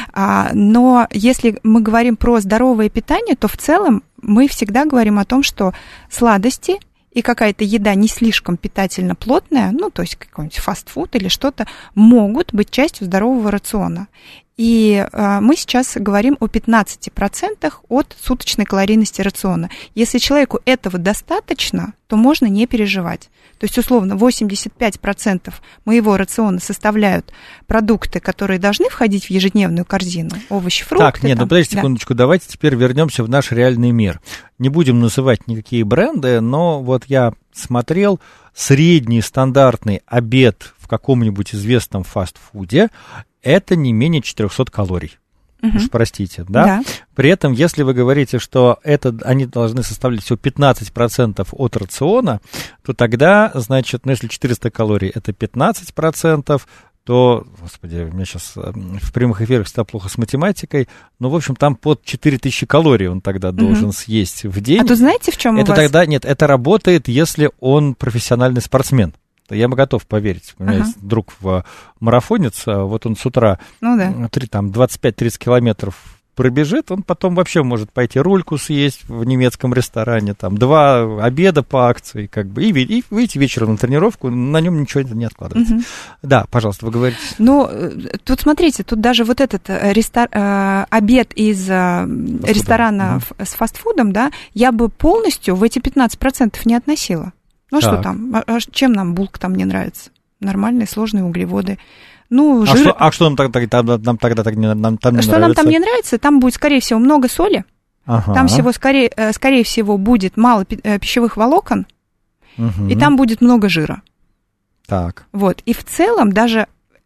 [SPEAKER 3] Но если мы говорим про здоровое питание, то в целом мы всегда говорим о том, что сладости и какая-то еда не слишком питательно плотная, ну, то есть какой-нибудь фастфуд или что-то, могут быть частью здорового рациона. И э, мы сейчас говорим о пятнадцати процентах от суточной калорийности рациона. Если человеку этого достаточно, то можно не переживать. То есть, условно, восемьдесят пять процентов моего рациона составляют продукты, которые должны входить в ежедневную корзину, овощи, фрукты.
[SPEAKER 2] Так, нет,
[SPEAKER 3] там,
[SPEAKER 2] ну подождите
[SPEAKER 3] да.
[SPEAKER 2] секундочку, давайте теперь вернемся в наш реальный мир. Не будем называть никакие бренды, но вот я смотрел средний стандартный обед в каком-нибудь известном фастфуде, это не менее четыреста калорий. Угу. Уж простите, да? Да. При этом, если вы говорите, что это, они должны составлять всего пятнадцать процентов от рациона, то тогда, значит, ну, если четыреста калорий это пятнадцать процентов, то, господи, у меня сейчас в прямых эфирах всегда плохо с математикой, но, в общем, там под четыре тысячи калорий он тогда должен угу. съесть в день.
[SPEAKER 3] А то знаете, в чем
[SPEAKER 2] это
[SPEAKER 3] у вас?
[SPEAKER 2] Тогда, нет, это работает, если он профессиональный спортсмен. Я бы готов поверить. У меня ага. есть друг в марафонец, вот он с утра ну, да. три, там, двадцать пять тридцать километров пробежит, он потом вообще может пойти рульку съесть в немецком ресторане, там, два обеда по акции, как бы, и, и выйти вечером на тренировку, на нем ничего не откладывается. Угу. Да, пожалуйста, вы говорите.
[SPEAKER 3] Ну, тут смотрите, тут даже вот этот рестор... э, обед из э, ресторана угу. с фастфудом, да, я бы полностью в эти пятнадцать процентов не относила. Ну, так. Что там? А, а чем нам булка там не нравится? Нормальные, сложные углеводы. Ну, жир...
[SPEAKER 2] а, что, а что нам, так, так, нам тогда так не, нам, там не
[SPEAKER 3] что
[SPEAKER 2] нравится? Что
[SPEAKER 3] нам там не нравится? Там будет, скорее всего, много соли. Ага. Там всего, скорее, скорее всего, будет мало пищевых волокон. Угу. И там будет много жира.
[SPEAKER 2] Так.
[SPEAKER 3] Вот. И в целом даже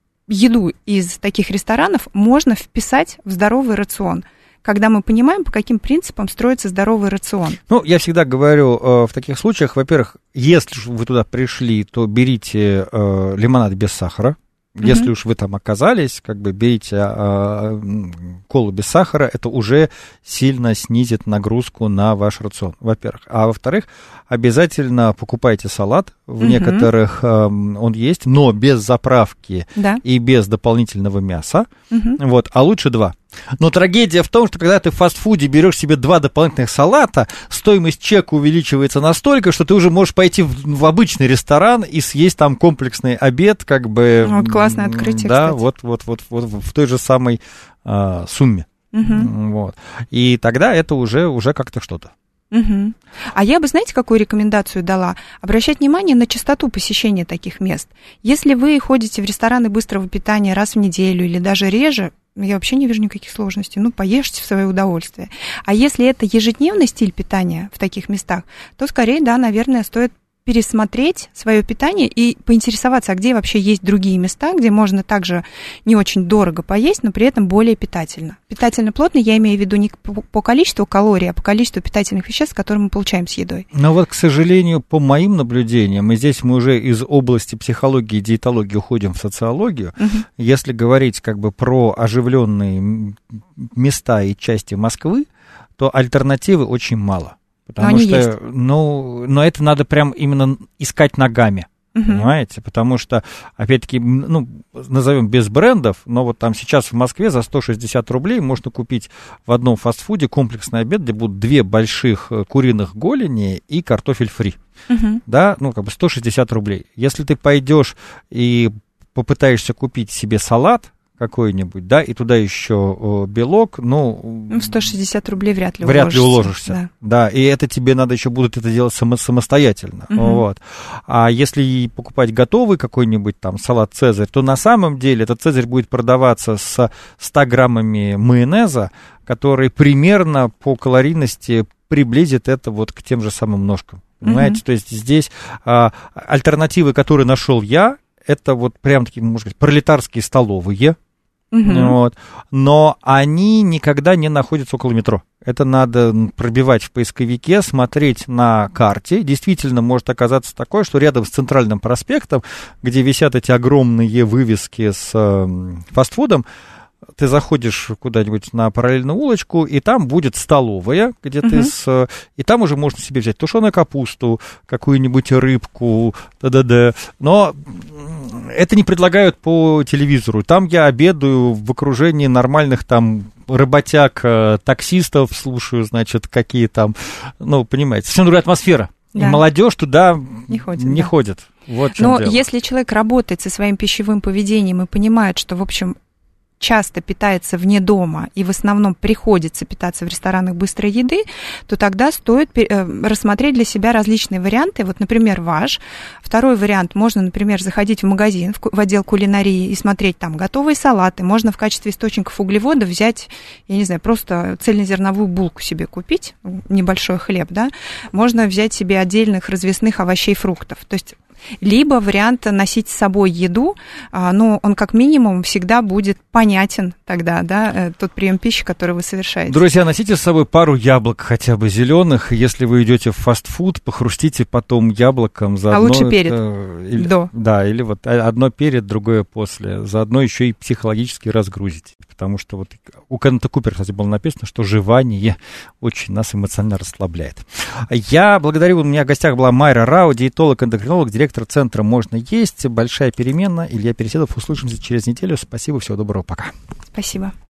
[SPEAKER 3] еду из таких ресторанов можно вписать в здоровый рацион, когда мы понимаем, по каким принципам строится здоровый рацион.
[SPEAKER 2] Ну, я всегда говорю э, в таких случаях, во-первых, если вы туда пришли, то берите э, лимонад без сахара. Mm-hmm. Если уж вы там оказались, как бы берите э, колу без сахара, это уже сильно снизит нагрузку на ваш рацион, во-первых. А во-вторых, обязательно покупайте салат. В mm-hmm. некоторых э, он есть, но без заправки да. и без дополнительного мяса. Mm-hmm. Вот, а лучше два. Но трагедия в том, что когда ты в фастфуде берешь себе два дополнительных салата, стоимость чека увеличивается настолько, что ты уже можешь пойти в, в обычный ресторан и съесть там комплексный обед, как бы...
[SPEAKER 3] Вот классное открытие,
[SPEAKER 2] да,
[SPEAKER 3] кстати.
[SPEAKER 2] вот, вот, вот, вот в той же самой а, сумме. Угу. Вот. И тогда это уже, уже как-то что-то.
[SPEAKER 3] Угу. А я бы, знаете, какую рекомендацию дала? Обращать внимание на частоту посещения таких мест. Если вы ходите в рестораны быстрого питания раз в неделю или даже реже, я вообще не вижу никаких сложностей. Ну, поешьте в свое удовольствие. А если это ежедневный стиль питания в таких местах, то скорее, да, наверное, стоит пересмотреть свое питание и поинтересоваться, а где вообще есть другие места, где можно также не очень дорого поесть, но при этом более питательно. Питательно плотно я имею в виду не по количеству калорий, а по количеству питательных веществ, которые мы получаем с едой.
[SPEAKER 2] Но вот, к сожалению, по моим наблюдениям, и здесь мы уже из области психологии и диетологии уходим в социологию, угу. если говорить как бы про оживленные места и части Москвы, то альтернативы очень мало. Потому что, есть. ну, но это надо прям именно искать ногами, uh-huh. понимаете? Потому что, опять-таки, ну, назовем без брендов, но вот там сейчас в Москве за сто шестьдесят рублей можно купить в одном фастфуде комплексный обед, где будут две больших куриных голени и картофель фри. Uh-huh. Да, ну, как бы сто шестьдесят рублей. Если ты пойдешь и попытаешься купить себе салат какой-нибудь, да, и туда еще белок, ну...
[SPEAKER 3] Ну, сто шестьдесят рублей вряд ли
[SPEAKER 2] вряд
[SPEAKER 3] уложишься.
[SPEAKER 2] Вряд ли уложишься, да. да. И это тебе надо еще будет это делать само- самостоятельно, угу. вот. А если покупать готовый какой-нибудь там салат «Цезарь», то на самом деле этот «Цезарь» будет продаваться с ста граммами майонеза, который примерно по калорийности приблизит это вот к тем же самым ножкам, понимаете? Угу. То есть здесь а, альтернативы, которые нашел я, это вот прям такие, можно сказать, пролетарские столовые, uh-huh. вот, но они никогда не находятся около метро. Это надо пробивать в поисковике, смотреть на карте. Действительно может оказаться такое, что рядом с центральным проспектом, где висят эти огромные вывески с э, фастфудом, ты заходишь куда-нибудь на параллельную улочку, и там будет столовая, где uh-huh. ты с... И там уже можно себе взять тушеную капусту, какую-нибудь рыбку, да-да-да. Но это не предлагают по телевизору. Там я обедаю в окружении нормальных там работяг, таксистов, слушаю, значит, какие там... Ну, понимаете, совсем другая атмосфера. Да. И молодежь туда не ходит. Не да. ходит. Вот в чем
[SPEAKER 3] Но
[SPEAKER 2] дело.
[SPEAKER 3] Если человек работает со своим пищевым поведением и понимает, что, в общем, часто питается вне дома и в основном приходится питаться в ресторанах быстрой еды, то тогда стоит рассмотреть для себя различные варианты. Вот, например, ваш. Второй вариант. Можно, например, заходить в магазин, в отдел кулинарии и смотреть там готовые салаты. Можно в качестве источников углеводов взять, я не знаю, просто цельнозерновую булку себе купить, небольшой хлеб, да. Можно взять себе отдельных развесных овощей и фруктов. То есть либо вариант носить с собой еду, но он как минимум всегда будет понятен тогда, да, тот прием пищи, который вы совершаете.
[SPEAKER 2] Друзья, носите с собой пару яблок хотя бы зеленых. Если вы идете в фастфуд, похрустите потом яблоком. Заодно
[SPEAKER 3] а лучше перед,
[SPEAKER 2] это, или,
[SPEAKER 3] до.
[SPEAKER 2] Да, или вот одно перед, другое после. Заодно еще и психологически разгрузите. Потому что вот у Кеннета Купера, кстати, было написано, что жевание очень нас эмоционально расслабляет. Я благодарю, у меня в гостях была Майра Рау, диетолог, эндокринолог, директор центра «Можно есть». Большая перемена. Илья Переседов. Услышимся через неделю. Спасибо, всего доброго, пока.
[SPEAKER 3] Спасибо.